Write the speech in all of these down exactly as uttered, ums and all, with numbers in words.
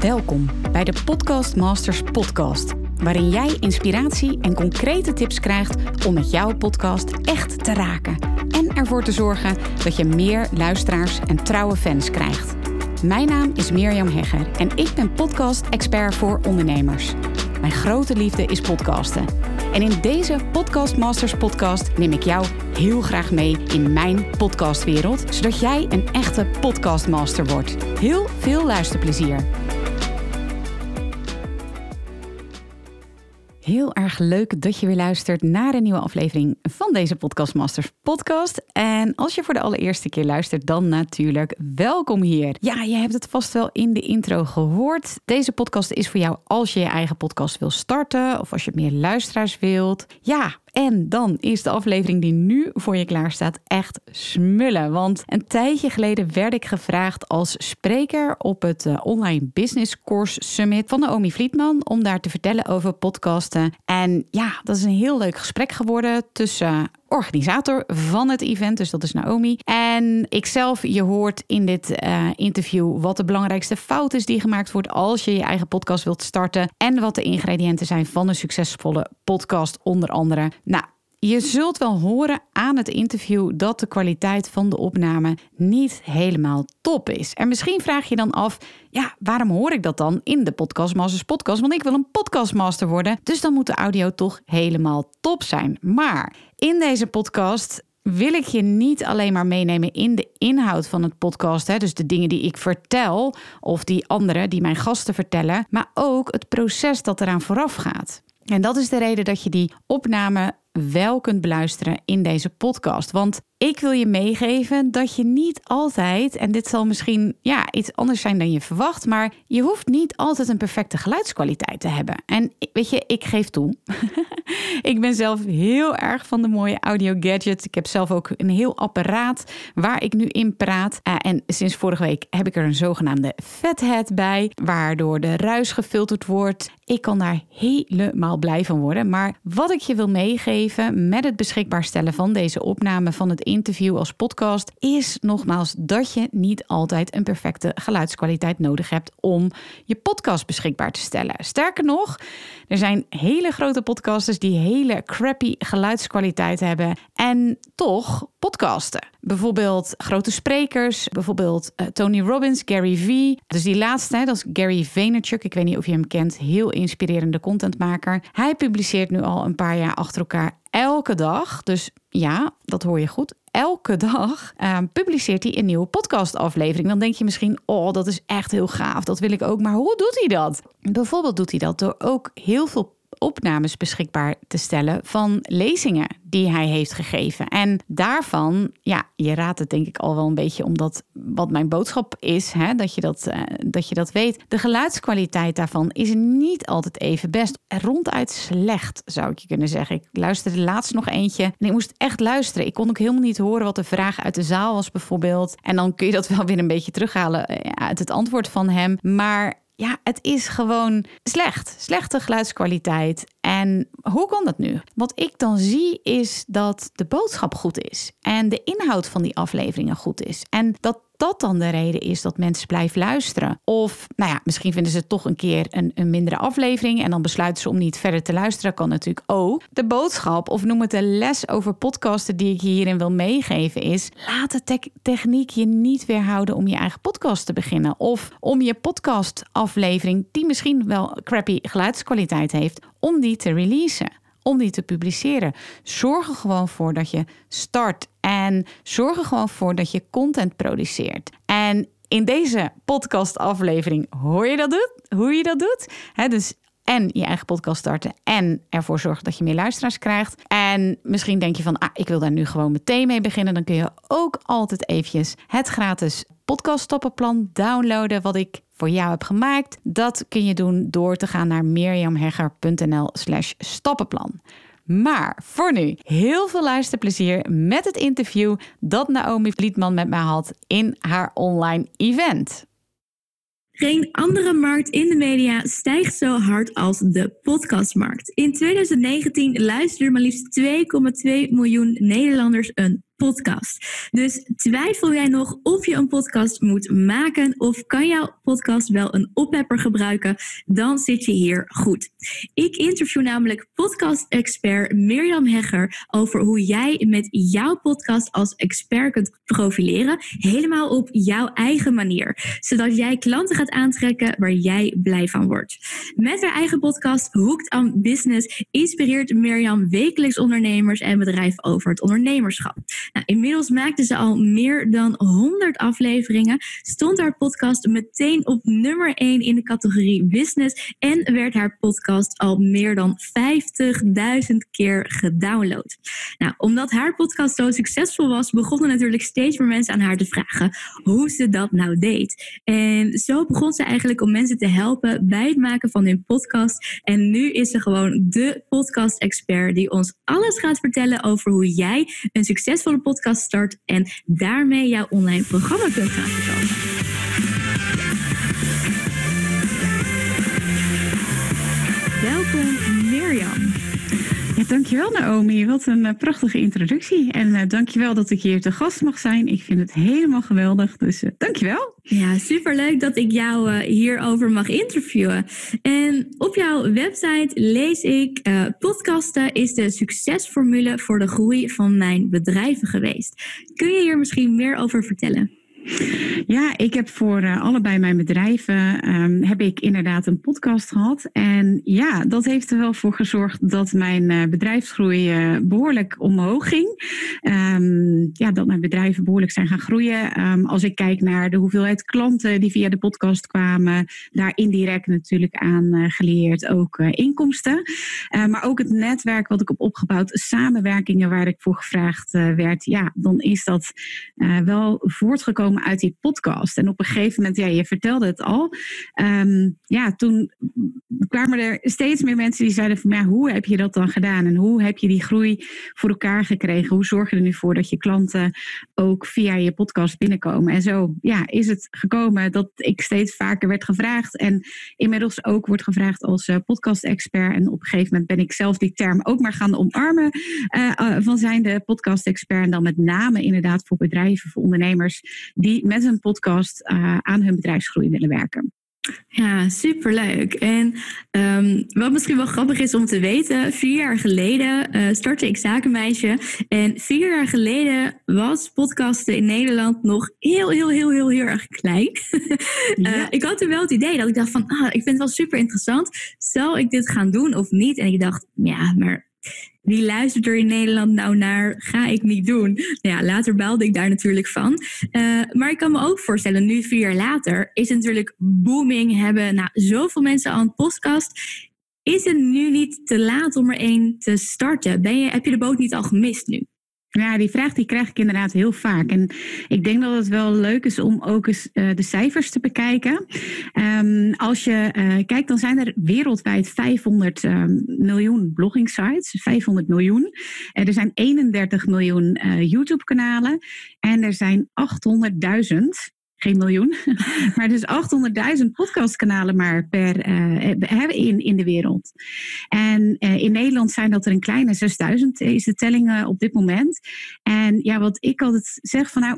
Welkom bij de Podcast Masters podcast, waarin jij inspiratie en concrete tips krijgt om met jouw podcast echt te raken en ervoor te zorgen dat je meer luisteraars en trouwe fans krijgt. Mijn naam is Mirjam Hegger en ik ben podcast-expert voor ondernemers. Mijn grote liefde is podcasten. En in deze Podcast Masters podcast neem ik jou heel graag mee in mijn podcastwereld, zodat jij een echte podcastmaster wordt. Heel veel luisterplezier. Heel erg leuk dat je weer luistert naar een nieuwe aflevering van deze Podcast Masters podcast. En als je voor de allereerste keer luistert, dan natuurlijk welkom hier. Ja, je hebt het vast wel in de intro gehoord. Deze podcast is voor jou als je je eigen podcast wil starten of als je meer luisteraars wilt. Ja, en dan is de aflevering die nu voor je klaar staat echt smullen. Want een tijdje geleden werd ik gevraagd als spreker op het uh, Online Business Course Summit van Naomi Vlietman om daar te vertellen over podcasten. En ja, dat is een heel leuk gesprek geworden tussen organisator van het event, dus dat is Naomi. En ikzelf, je hoort in dit uh, interview wat de belangrijkste fout is die gemaakt wordt als je je eigen podcast wilt starten en wat de ingrediënten zijn van een succesvolle podcast onder andere. Nou, je zult wel horen aan het interview dat de kwaliteit van de opname niet helemaal top is. En misschien vraag je dan af, ja, waarom hoor ik dat dan in de Podcast Masters podcast? Want ik wil een podcastmaster worden, dus dan moet de audio toch helemaal top zijn. Maar in deze podcast wil ik je niet alleen maar meenemen in de inhoud van het podcast, hè, dus de dingen die ik vertel of die anderen, die mijn gasten vertellen, maar ook het proces dat eraan vooraf gaat. En dat is de reden dat je die opname wel kunt beluisteren in deze podcast. Want ik wil je meegeven dat je niet altijd, en dit zal misschien ja, iets anders zijn dan je verwacht, maar je hoeft niet altijd een perfecte geluidskwaliteit te hebben. En weet je, ik geef toe. Ik ben zelf heel erg van de mooie audio gadgets. Ik heb zelf ook een heel apparaat waar ik nu in praat. Uh, en sinds vorige week heb ik er een zogenaamde fathead bij, waardoor de ruis gefilterd wordt. Ik kan daar helemaal blij van worden. Maar wat ik je wil meegeven met het beschikbaar stellen van deze opname van het interview als podcast is nogmaals dat je niet altijd een perfecte geluidskwaliteit nodig hebt om je podcast beschikbaar te stellen. Sterker nog, er zijn hele grote podcasters die hele crappy geluidskwaliteit hebben en toch podcasten. Bijvoorbeeld grote sprekers, bijvoorbeeld uh, Tony Robbins, Gary Vee. Dus die laatste, hè, dat is Gary Vaynerchuk. Ik weet niet of je hem kent, heel inspirerende contentmaker. Hij publiceert nu al een paar jaar achter elkaar elke dag. Dus ja, dat hoor je goed. Elke dag uh, publiceert hij een nieuwe podcastaflevering. Dan denk je misschien, oh, dat is echt heel gaaf. Dat wil ik ook. Maar hoe doet hij dat? Bijvoorbeeld doet hij dat door ook heel veel opnames beschikbaar te stellen van lezingen die hij heeft gegeven. En daarvan, ja, je raadt het denk ik al wel een beetje, omdat wat mijn boodschap is, hè, dat je dat, uh, dat je dat weet. De geluidskwaliteit daarvan is niet altijd even best. Ronduit slecht, zou ik je kunnen zeggen. Ik luisterde laatst nog eentje en ik moest echt luisteren. Ik kon ook helemaal niet horen wat de vraag uit de zaal was bijvoorbeeld. En dan kun je dat wel weer een beetje terughalen uit het antwoord van hem. Maar ja, het is gewoon slecht. Slechte geluidskwaliteit. En hoe kan dat nu? Wat ik dan zie is dat de boodschap goed is. En de inhoud van die afleveringen goed is. En dat dat dan de reden is dat mensen blijven luisteren. Of, nou ja, misschien vinden ze toch een keer een, een mindere aflevering en dan besluiten ze om niet verder te luisteren. Kan natuurlijk ook. De boodschap, of noem het de les over podcasten die ik je hierin wil meegeven is, laat de te- techniek je niet weerhouden om je eigen podcast te beginnen. Of om je podcastaflevering, die misschien wel crappy geluidskwaliteit heeft, om die te releasen. Om die te publiceren. Zorg er gewoon voor dat je start. En zorg er gewoon voor dat je content produceert. En in deze podcastaflevering hoor je dat doet, hoe je dat doet. He, dus en je eigen podcast starten en ervoor zorgen dat je meer luisteraars krijgt. En misschien denk je van, ah, ik wil daar nu gewoon meteen mee beginnen. Dan kun je ook altijd eventjes het gratis podcaststappenplan downloaden wat ik voor jou heb gemaakt. Dat kun je doen door te gaan naar mirjamhegger.nl slash stappenplan. Maar voor nu, heel veel luisterplezier met het interview dat Naomi Vlietman met mij had in haar online event. Geen andere markt in de media stijgt zo hard als de podcastmarkt. In twintig negentien luisterden maar liefst twee komma twee miljoen Nederlanders een podcast. Dus twijfel jij nog of je een podcast moet maken of kan jouw podcast wel een oppepper gebruiken? Dan zit je hier goed. Ik interview namelijk podcast-expert Mirjam Hegger over hoe jij met jouw podcast als expert kunt profileren, helemaal op jouw eigen manier, zodat jij klanten gaat aantrekken waar jij blij van wordt. Met haar eigen podcast Hooked on Business inspireert Mirjam wekelijks ondernemers en bedrijven over het ondernemerschap. Nou, inmiddels maakte ze al meer dan honderd afleveringen, stond haar podcast meteen op nummer één in de categorie business en werd haar podcast al meer dan vijftigduizend keer gedownload. Nou, omdat haar podcast zo succesvol was, begonnen natuurlijk steeds meer mensen aan haar te vragen hoe ze dat nou deed. En zo begon ze eigenlijk om mensen te helpen bij het maken van hun podcast. En nu is ze gewoon de podcast-expert die ons alles gaat vertellen over hoe jij een succesvolle podcast start en daarmee jouw online programma kunt gaan verkopen. Welkom Mirjam. Ja, dankjewel Naomi, wat een uh, prachtige introductie. En uh, dankjewel dat ik hier te gast mag zijn. Ik vind het helemaal geweldig, dus uh, dankjewel. Ja, superleuk dat ik jou uh, hierover mag interviewen. En op jouw website lees ik, uh, podcasten is de succesformule voor de groei van mijn bedrijven geweest. Kun je hier misschien meer over vertellen? Ja, ik heb voor uh, allebei mijn bedrijven um, heb ik inderdaad een podcast gehad. En ja, dat heeft er wel voor gezorgd dat mijn uh, bedrijfsgroei uh, behoorlijk omhoog ging. Um, ja, dat mijn bedrijven behoorlijk zijn gaan groeien. Um, als ik kijk naar de hoeveelheid klanten die via de podcast kwamen, daar indirect natuurlijk aan uh, geleerd ook uh, inkomsten. Uh, maar ook het netwerk wat ik heb opgebouwd, samenwerkingen waar ik voor gevraagd uh, werd. Ja, dan is dat uh, wel voortgekomen uit die podcast. En op een gegeven moment, ja, je vertelde het al. Um, ja, toen kwamen er steeds meer mensen die zeiden van, ja, hoe heb je dat dan gedaan? En hoe heb je die groei voor elkaar gekregen? Hoe zorg je er nu voor dat je klanten ook via je podcast binnenkomen? En zo, ja, is het gekomen dat ik steeds vaker werd gevraagd en inmiddels ook wordt gevraagd als uh, podcast-expert. En op een gegeven moment ben ik zelf die term ook maar gaan omarmen uh, uh, van zijn de podcast-expert. En dan met name inderdaad voor bedrijven, voor ondernemers die met een podcast uh, aan hun bedrijfsgroei willen werken. Ja, superleuk. En um, wat misschien wel grappig is om te weten, vier jaar geleden uh, startte ik Zakenmeisje. En vier jaar geleden was podcasten in Nederland nog heel, heel, heel, heel, heel erg klein. uh, ja. Ik had toen wel het idee dat ik dacht van, ah, ik vind het wel super interessant. Zal ik dit gaan doen of niet? En ik dacht, ja, maar wie luistert er in Nederland nou naar? Ga ik niet doen. Nou ja, later baalde ik daar natuurlijk van. Uh, maar ik kan me ook voorstellen, nu vier jaar later, is het natuurlijk booming. Hebben nou, zoveel mensen aan een podcast. Is het nu niet te laat om er één te starten? Ben je, heb je de boot niet al gemist nu? Ja, die vraag die krijg ik inderdaad heel vaak. En ik denk dat het wel leuk is om ook eens uh, de cijfers te bekijken. Um, als je uh, kijkt, dan zijn er wereldwijd vijfhonderd um, miljoen blogging sites. vijfhonderd miljoen. Uh, er zijn eenendertig miljoen uh, YouTube-kanalen. En er zijn achthonderdduizend... Geen miljoen, maar dus achthonderdduizend podcastkanalen maar per, uh, in, in de wereld. En uh, in Nederland zijn dat er een kleine zesduizend is de telling uh, op dit moment. En ja, wat ik altijd zeg van nou,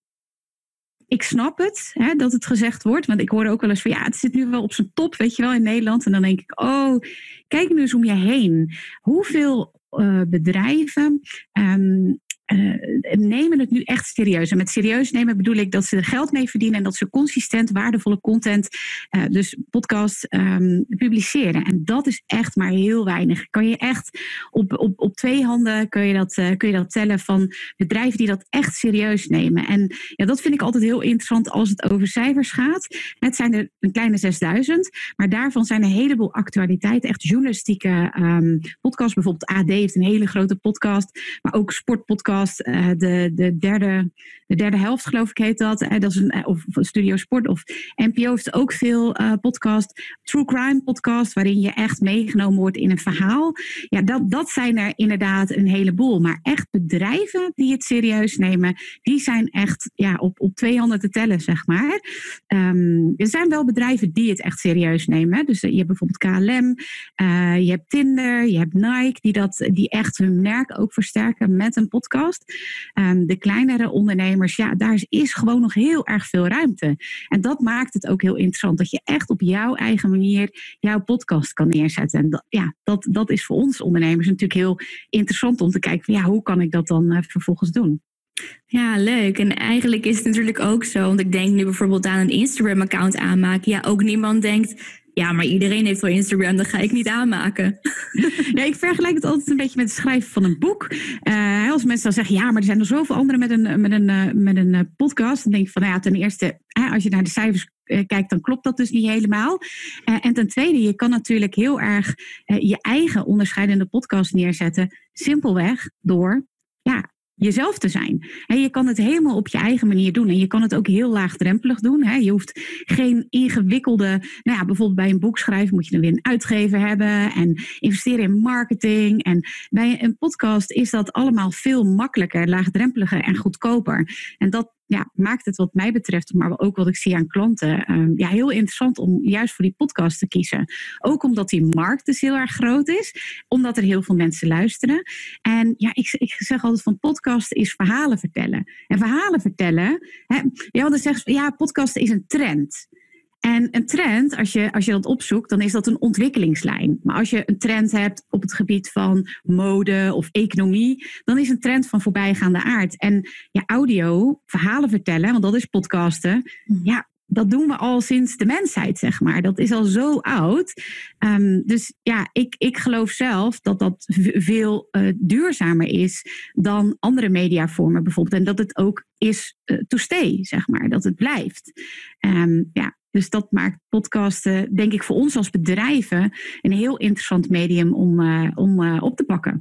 ik snap het, hè, dat het gezegd wordt. Want ik hoor ook wel eens van ja, het zit nu wel op zijn top, weet je wel, in Nederland. En dan denk ik, oh, kijk nu eens om je heen. Hoeveel uh, bedrijven Um, Uh, nemen het nu echt serieus. En met serieus nemen bedoel ik dat ze er geld mee verdienen en dat ze consistent waardevolle content, uh, dus podcast, um, publiceren. En dat is echt maar heel weinig. Kan je echt op, op, op twee handen kun je, dat, uh, kun je dat tellen van bedrijven die dat echt serieus nemen. En ja, dat vind ik altijd heel interessant als het over cijfers gaat. Het zijn er een kleine zesduizend, maar daarvan zijn een heleboel actualiteiten, echt journalistieke um, podcasts. Bijvoorbeeld A D heeft een hele grote podcast, maar ook sportpodcast. Uh, de, de, derde, de derde helft, geloof ik, heet dat. Uh, dat is een, of Studio Sport of N P O heeft ook veel uh, podcast. True Crime podcast, waarin je echt meegenomen wordt in een verhaal. Ja, dat, dat zijn er inderdaad een heleboel. Maar echt bedrijven die het serieus nemen, die zijn echt ja, op, op twee handen te tellen, zeg maar. Um, er zijn wel bedrijven die het echt serieus nemen. Dus uh, je hebt bijvoorbeeld K L M, uh, je hebt Tinder, je hebt Nike, die, dat, die echt hun merk ook versterken met een podcast. podcast. Um, de kleinere ondernemers, ja, daar is, is gewoon nog heel erg veel ruimte. En dat maakt het ook heel interessant. Dat je echt op jouw eigen manier jouw podcast kan neerzetten. En dat, ja, dat, dat is voor ons ondernemers natuurlijk heel interessant om te kijken van, ja, hoe kan ik dat dan uh, vervolgens doen? Ja, leuk. En eigenlijk is het natuurlijk ook zo, want ik denk nu bijvoorbeeld aan een Instagram-account aanmaken. Ja, ook niemand denkt, ja, maar iedereen heeft wel Instagram, dat ga ik niet aanmaken. Ja, ik vergelijk het altijd een beetje met het schrijven van een boek. Uh, als mensen dan zeggen, ja, maar er zijn er zoveel anderen met een, met een, uh, met een uh, podcast. Dan denk ik van, nou ja, ten eerste, uh, als je naar de cijfers uh, kijkt, dan klopt dat dus niet helemaal. Uh, en ten tweede, je kan natuurlijk heel erg uh, je eigen onderscheidende podcast neerzetten. Simpelweg door, ja, jezelf te zijn. En je kan het helemaal op je eigen manier doen. En je kan het ook heel laagdrempelig doen. Je hoeft geen ingewikkelde... Nou ja, bijvoorbeeld bij een boek schrijven moet je dan weer een uitgever hebben. En investeren in marketing. En bij een podcast is dat allemaal veel makkelijker, laagdrempeliger en goedkoper. En dat ja, maakt het wat mij betreft, maar ook wat ik zie aan klanten, um, ja, heel interessant om juist voor die podcast te kiezen. Ook omdat die markt dus heel erg groot is. Omdat er heel veel mensen luisteren. En ja, ik, ik zeg altijd van podcasten is verhalen vertellen. En verhalen vertellen, hè, je had zegt, ja, podcasten is een trend. En een trend, als je, als je dat opzoekt, dan is dat een ontwikkelingslijn. Maar als je een trend hebt op het gebied van mode of economie, dan is een trend van voorbijgaande aard. En ja, audio, verhalen vertellen, want dat is podcasten, ja, dat doen we al sinds de mensheid, zeg maar. Dat is al zo oud. Um, dus ja, ik, ik geloof zelf dat dat veel uh, duurzamer is dan andere mediavormen bijvoorbeeld. En dat het ook is uh, to stay, zeg maar. Dat het blijft. Um, ja. Dus dat maakt podcasten, denk ik, voor ons als bedrijven een heel interessant medium om, uh, om uh, op te pakken.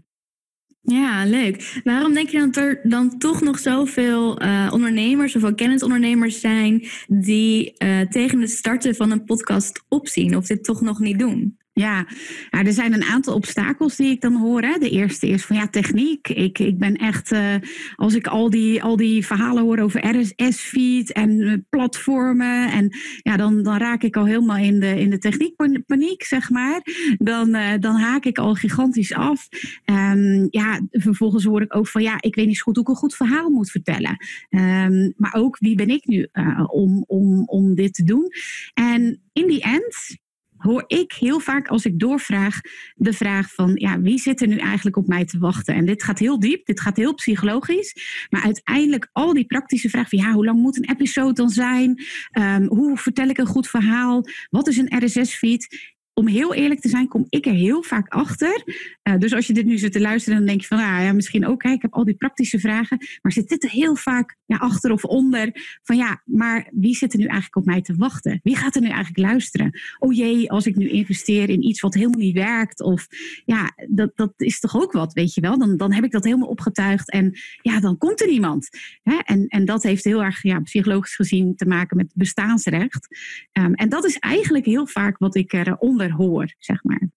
Ja, leuk. Waarom denk je dat er dan toch nog zoveel uh, ondernemers of ook kennisondernemers zijn die uh, tegen het starten van een podcast opzien of dit toch nog niet doen? Ja, nou, er zijn een aantal obstakels die ik dan hoor. Hè. De eerste is van ja, techniek. Ik, ik ben echt, uh, als ik al die, al die verhalen hoor over R S S-feed en uh, platformen. En ja, dan, dan raak ik al helemaal in de, in de techniekpaniek, zeg maar. Dan, uh, dan haak ik al gigantisch af. Um, ja, vervolgens hoor ik ook van ja, ik weet niet zo goed hoe ik een goed verhaal moet vertellen. Um, maar ook wie ben ik nu uh, om, om, om dit te doen? En in die end hoor ik heel vaak als ik doorvraag de vraag van ja, wie zit er nu eigenlijk op mij te wachten? En dit gaat heel diep, dit gaat heel psychologisch. Maar uiteindelijk al die praktische vragen van ja, hoe lang moet een episode dan zijn? Um, hoe vertel ik een goed verhaal? Wat is een R S S-feed? Om heel eerlijk te zijn, kom ik er heel vaak achter. Uh, dus als je dit nu zit te luisteren, dan denk je van, nou ja, misschien ook, hè, ik heb al die praktische vragen. Maar zit dit er heel vaak ja, achter of onder? Van ja, maar wie zit er nu eigenlijk op mij te wachten? Wie gaat er nu eigenlijk luisteren? Oh jee, als ik nu investeer in iets wat helemaal niet werkt. Of ja, dat, dat is toch ook wat, weet je wel? Dan, dan heb ik dat helemaal opgetuigd en ja, dan komt er niemand. Hè? En, en dat heeft heel erg ja, psychologisch gezien te maken met bestaansrecht. Um, en dat is eigenlijk heel vaak wat ik eronder hoor, zeg maar.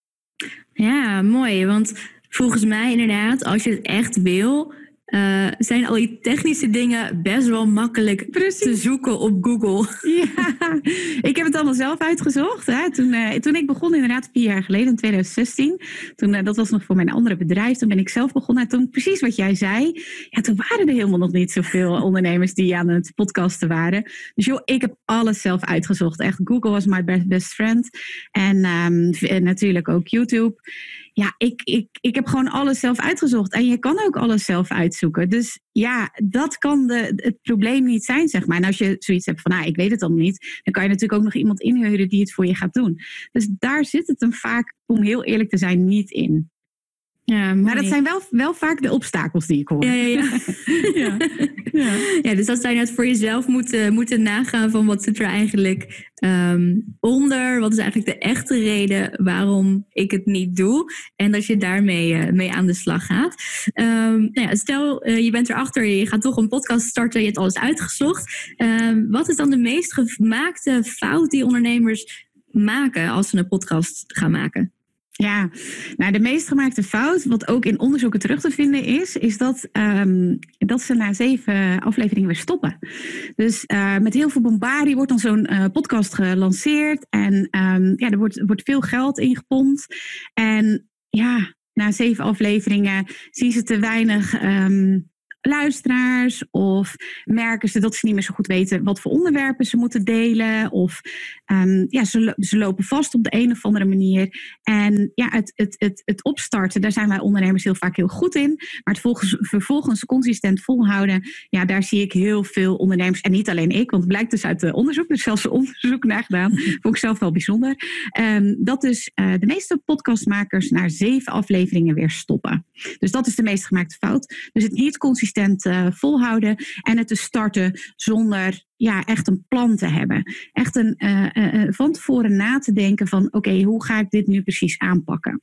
Ja, mooi. Want volgens mij inderdaad, als je het echt wil, uh, zijn al die technische dingen best wel makkelijk Precies. te zoeken op Google. Ja, ik heb het allemaal zelf uitgezocht. Hè. Toen, uh, toen ik begon, inderdaad vier jaar geleden, in twintig zestien. Toen, uh, dat was nog voor mijn andere bedrijf. Toen ben ik zelf begonnen. En toen, precies wat jij zei. Ja, toen waren er helemaal nog niet zoveel ondernemers die aan het podcasten waren. Dus joh, ik heb alles zelf uitgezocht. Echt, Google was my best, best friend. En, um, en natuurlijk ook YouTube. Ja, ik, ik, ik heb gewoon alles zelf uitgezocht. En je kan ook alles zelf uitzoeken. Dus ja, dat kan de, het probleem niet zijn, zeg maar. En als je zoiets hebt van, nou, ik weet het allemaal niet, dan kan je natuurlijk ook nog iemand inhuren die het voor je gaat doen. Dus daar zit het hem vaak, om heel eerlijk te zijn, niet in. Ja, maar dat zijn wel, wel vaak de obstakels die ik hoor. Ja, ja, ja. ja. ja. ja dus dat zou je net voor jezelf moeten, moeten nagaan van wat zit er eigenlijk um, onder. Wat is eigenlijk de echte reden waarom ik het niet doe. En dat je daarmee uh, mee aan de slag gaat. Um, nou ja, stel, uh, je bent erachter, je gaat toch een podcast starten. Je hebt alles uitgezocht. Um, wat is dan de meest gemaakte fout die ondernemers maken als ze een podcast gaan maken? Ja, nou de meest gemaakte fout, wat ook in onderzoeken terug te vinden is, is dat, um, dat ze na zeven afleveringen weer stoppen. Dus uh, met heel veel bombardie wordt dan zo'n uh, podcast gelanceerd en um, ja, er wordt, wordt veel geld ingepompt. En ja, na zeven afleveringen zien ze te weinig Um, luisteraars? Of merken ze dat ze niet meer zo goed weten wat voor onderwerpen ze moeten delen? Of um, ja, ze, ze lopen vast op de een of andere manier. En ja, het, het, het, het opstarten, daar zijn wij ondernemers heel vaak heel goed in. Maar het volgens, vervolgens consistent volhouden, ja, daar zie ik heel veel ondernemers. En niet alleen ik, want het blijkt dus uit de onderzoek, er is zelfs een onderzoek naar gedaan. Vond ik zelf wel bijzonder. Um, dat dus uh, de meeste podcastmakers na zeven afleveringen weer stoppen. Dus dat is de meest gemaakte fout. Dus het niet consistent uh, volhouden en het te starten zonder ja, echt een plan te hebben. Echt een, uh, uh, van tevoren na te denken van oké, okay, hoe ga ik dit nu precies aanpakken?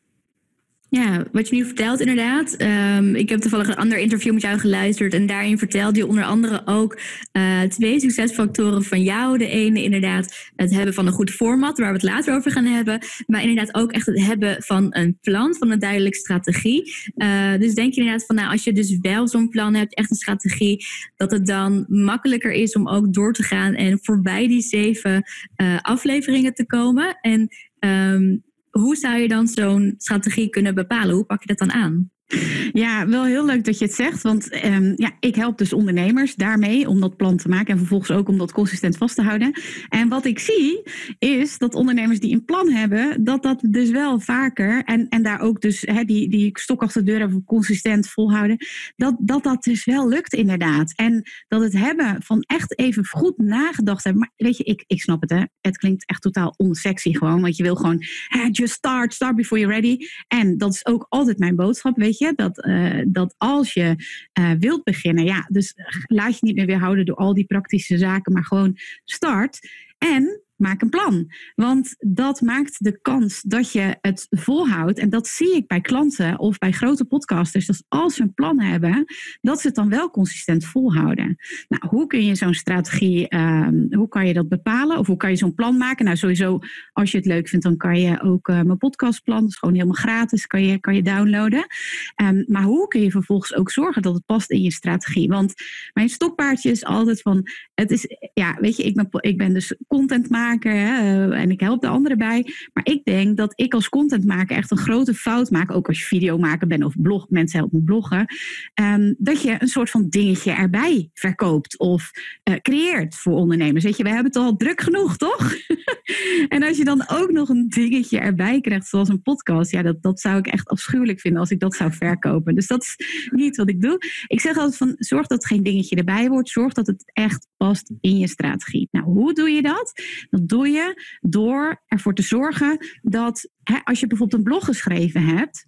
Ja, wat je nu vertelt inderdaad. Um, ik heb toevallig een ander interview met jou geluisterd. En daarin vertelde je onder andere ook uh, twee succesfactoren van jou. De ene inderdaad het hebben van een goed format, waar we het later over gaan hebben. Maar inderdaad ook echt het hebben van een plan, van een duidelijke strategie. Uh, dus denk je inderdaad van nou, als je dus wel zo'n plan hebt, echt een strategie, dat het dan makkelijker is om ook door te gaan en voorbij die zeven uh, afleveringen te komen. En um, hoe zou je dan zo'n strategie kunnen bepalen? Hoe pak je dat dan aan? Ja, wel heel leuk dat je het zegt. Want um, ja, ik help dus ondernemers daarmee om dat plan te maken. En vervolgens ook om dat consistent vast te houden. En wat ik zie is dat ondernemers die een plan hebben, dat dat dus wel vaker, en, en daar ook dus he, die, die stok achter de deur hebben consistent volhouden, dat, dat dat dus wel lukt inderdaad. En dat het hebben van echt even goed nagedacht hebben. Maar weet je, ik, ik snap het hè. Het klinkt echt totaal onsexy gewoon. Want je wil gewoon, hey, just start, start before you're ready. En dat is ook altijd mijn boodschap, weet je. Je, dat, uh, dat als je uh, wilt beginnen, ja, dus laat je niet meer weerhouden door al die praktische zaken, maar gewoon start en maak een plan. Want dat maakt de kans dat je het volhoudt. En dat zie ik bij klanten of bij grote podcasters. Dat als ze een plan hebben, dat ze het dan wel consistent volhouden. Nou, hoe kun je zo'n strategie, um, hoe kan je dat bepalen? Of hoe kan je zo'n plan maken? Nou, sowieso, als je het leuk vindt, dan kan je ook uh, mijn podcastplan, dat is gewoon helemaal gratis, kan je, kan je downloaden. Um, maar hoe kun je vervolgens ook zorgen dat het past in je strategie? Want mijn stokpaardje is altijd van, het is, ja, weet je, ik ben, ik ben dus contentmaker. Hè, en ik help de anderen bij. Maar ik denk dat ik als contentmaker echt een grote fout maak. Ook als je videomaker bent of blog, mensen helpen bloggen. Um, dat je een soort van dingetje erbij verkoopt of uh, creëert voor ondernemers. Weet je, we hebben het al druk genoeg, toch? En als je dan ook nog een dingetje erbij krijgt, zoals een podcast. Ja, dat, dat zou ik echt afschuwelijk vinden als ik dat zou verkopen. Dus dat is niet wat ik doe. Ik zeg altijd van, zorg dat geen dingetje erbij wordt. Zorg dat het echt past in je strategie. Nou, hoe doe je dat? Dat doe je door ervoor te zorgen dat, hè, als je bijvoorbeeld een blog geschreven hebt,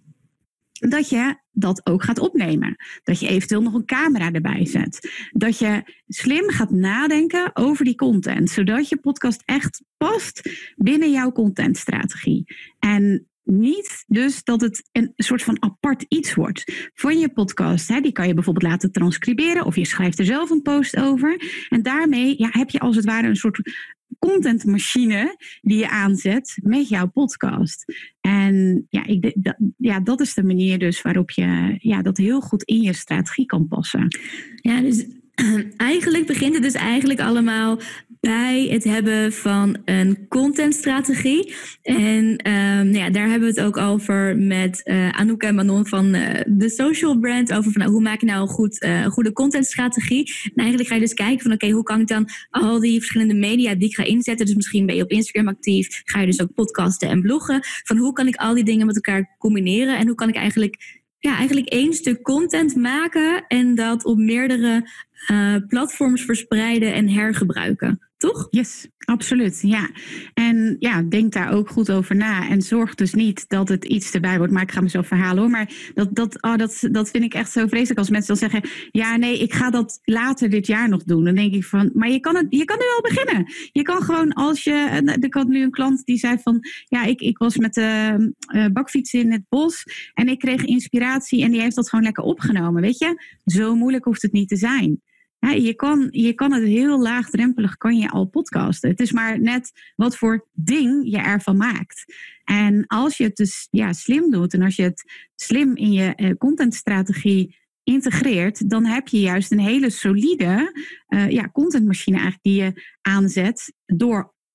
dat je dat ook gaat opnemen. Dat je eventueel nog een camera erbij zet. Dat je slim gaat nadenken over die content. Zodat je podcast echt past binnen jouw contentstrategie. En niet dus dat het een soort van apart iets wordt. Van je podcast, hè, die kan je bijvoorbeeld laten transcriberen. Of je schrijft er zelf een post over. En daarmee ja, heb je als het ware een soort contentmachine die je aanzet met jouw podcast. En ja, ik, dat, ja, dat is de manier dus waarop je ja, dat heel goed in je strategie kan passen. Ja, dus eigenlijk begint het dus eigenlijk allemaal bij het hebben van een contentstrategie. En um, ja, daar hebben we het ook over met uh, Anouk en Manon van uh, de Social Brand. Over van, nou, hoe maak je nou een goed, uh, goede contentstrategie? En eigenlijk ga je dus kijken van oké, okay, hoe kan ik dan al die verschillende media die ik ga inzetten. Dus misschien ben je op Instagram actief. Ga je dus ook podcasten en bloggen. Van hoe kan ik al die dingen met elkaar combineren? En hoe kan ik eigenlijk Ja, eigenlijk één stuk content maken en dat op meerdere uh, platforms verspreiden en hergebruiken, toch? Yes, absoluut, ja. En ja, denk daar ook goed over na. En zorg dus niet dat het iets erbij wordt. Maar ik ga mezelf verhalen hoor. Maar dat, dat, oh, dat, dat vind ik echt zo vreselijk als mensen dan zeggen, ja nee, ik ga dat later dit jaar nog doen. Dan denk ik van, maar je kan, het, je kan nu al beginnen. Je kan gewoon als je, ik had nu een klant die zei van, ja ik, ik was met de uh, bakfiets in het bos en ik kreeg inspiratie en die heeft dat gewoon lekker opgenomen. Weet je, zo moeilijk hoeft het niet te zijn. Ja, je, kan, je kan het heel laagdrempelig, kan je al podcasten. Het is maar net wat voor ding je ervan maakt. En als je het dus ja, slim doet en als je het slim in je uh, contentstrategie integreert, dan heb je juist een hele solide uh, ja, contentmachine eigenlijk die je aanzet door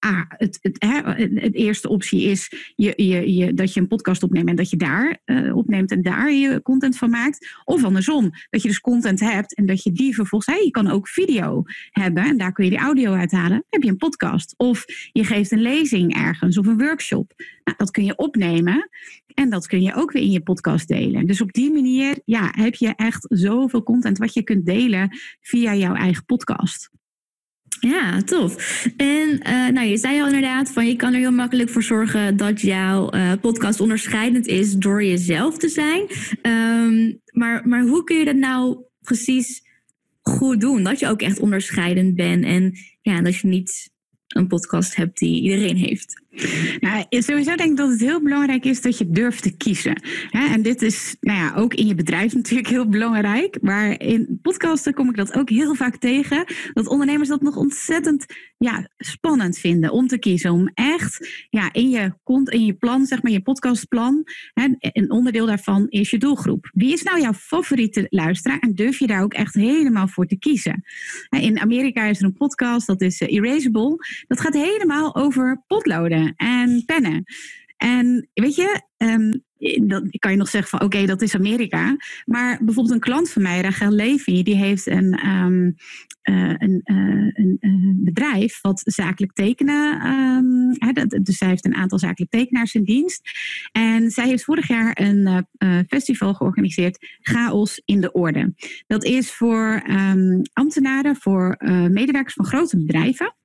ah, het, het, hè, het eerste optie is je, je, je, dat je een podcast opneemt en dat je daar uh, opneemt en daar je content van maakt. Of andersom, dat je dus content hebt en dat je die vervolgens... Hey, je kan ook video hebben en daar kun je die audio uithalen. Dan heb je een podcast. Of je geeft een lezing ergens of een workshop. Nou, dat kun je opnemen en dat kun je ook weer in je podcast delen. Dus op die manier ja, heb je echt zoveel content wat je kunt delen via jouw eigen podcast. Ja, tof. En uh, nou, je zei al inderdaad van je kan er heel makkelijk voor zorgen dat jouw uh, podcast onderscheidend is door jezelf te zijn. Um, maar, maar hoe kun je dat nou precies goed doen? Dat je ook echt onderscheidend bent en ja, dat je niet een podcast hebt die iedereen heeft. Nou, sowieso denk ik dat het heel belangrijk is dat je durft te kiezen. En dit is nou ja, ook in je bedrijf natuurlijk heel belangrijk. Maar in podcasten kom ik dat ook heel vaak tegen. Dat ondernemers dat nog ontzettend ja, spannend vinden om te kiezen. Om echt ja, in, je, in je plan, zeg maar je podcastplan. Een onderdeel daarvan is je doelgroep. Wie is nou jouw favoriete luisteraar? En durf je daar ook echt helemaal voor te kiezen? In Amerika is er een podcast, dat is Erasable. Dat gaat helemaal over potloden en pennen. En weet je, um, dan kan je nog zeggen van oké, okay, dat is Amerika. Maar bijvoorbeeld een klant van mij, Rachel Levy, die heeft een, um, uh, een, uh, een, een bedrijf wat zakelijk tekenen. Um, hè, dus zij heeft een aantal zakelijk tekenaars in dienst. En zij heeft vorig jaar een uh, festival georganiseerd, Chaos in de Orde. Dat is voor um, ambtenaren, voor uh, medewerkers van grote bedrijven.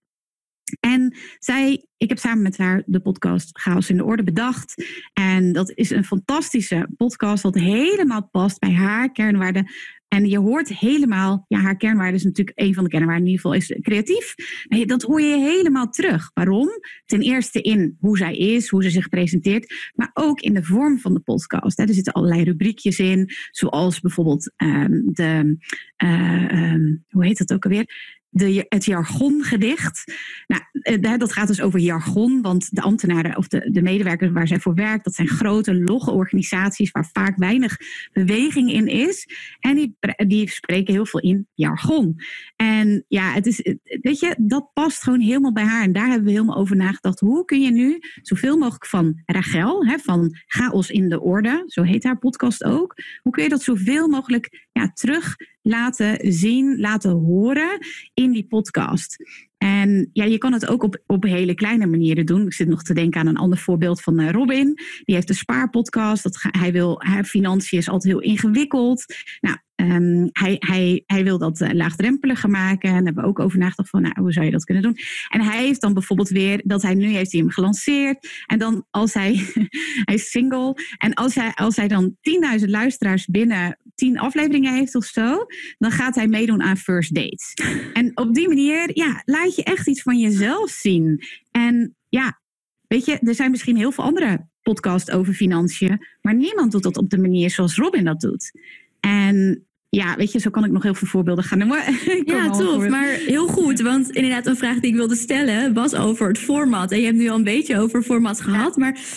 En zij, ik heb samen met haar de podcast Chaos in de Orde bedacht. En dat is een fantastische podcast wat helemaal past bij haar kernwaarden. En je hoort helemaal, ja, haar kernwaarde is natuurlijk een van de kernwaarden, in ieder geval is creatief. Dat hoor je helemaal terug. Waarom? Ten eerste in hoe zij is, hoe ze zich presenteert, maar ook in de vorm van de podcast. Er zitten allerlei rubriekjes in, zoals bijvoorbeeld um, de, uh, um, hoe heet dat ook alweer? De, het jargongedicht. Nou, dat gaat dus over jargon, want de ambtenaren of de, de medewerkers waar zij voor werkt, dat zijn grote, logge organisaties waar vaak weinig beweging in is. En die, die spreken heel veel in jargon. En ja, het is, weet je, dat past gewoon helemaal bij haar. En daar hebben we helemaal over nagedacht. Hoe kun je nu zoveel mogelijk van Rachel, hè, van Chaos in de Orde, zo heet haar podcast ook, hoe kun je dat zoveel mogelijk ja, terug laten zien, laten horen in die podcast. En ja, je kan het ook op, op hele kleine manieren doen. Ik zit nog te denken aan een ander voorbeeld van uh, Robin. Die heeft een spaarpodcast. Dat ga, hij wil, haar financiën is altijd heel ingewikkeld. Nou, um, hij, hij, hij wil dat uh, laagdrempeliger maken. En daar hebben we ook over nagedacht van, nou, hoe zou je dat kunnen doen? En hij heeft dan bijvoorbeeld weer, dat hij nu heeft hij hem gelanceerd. En dan als hij, hij is single. En als hij, als hij dan tienduizend luisteraars binnen tien afleveringen heeft of zo, dan gaat hij meedoen aan first dates. En op die manier, ja, laat je echt iets van jezelf zien. En ja, weet je, er zijn misschien heel veel andere podcasts over financiën, maar niemand doet dat op de manier zoals Robin dat doet. En ja, weet je, zo kan ik nog heel veel voorbeelden gaan noemen. Ja, tof, maar heel goed. Want inderdaad, een vraag die ik wilde stellen was over het format. En je hebt nu al een beetje over format gehad, ja. maar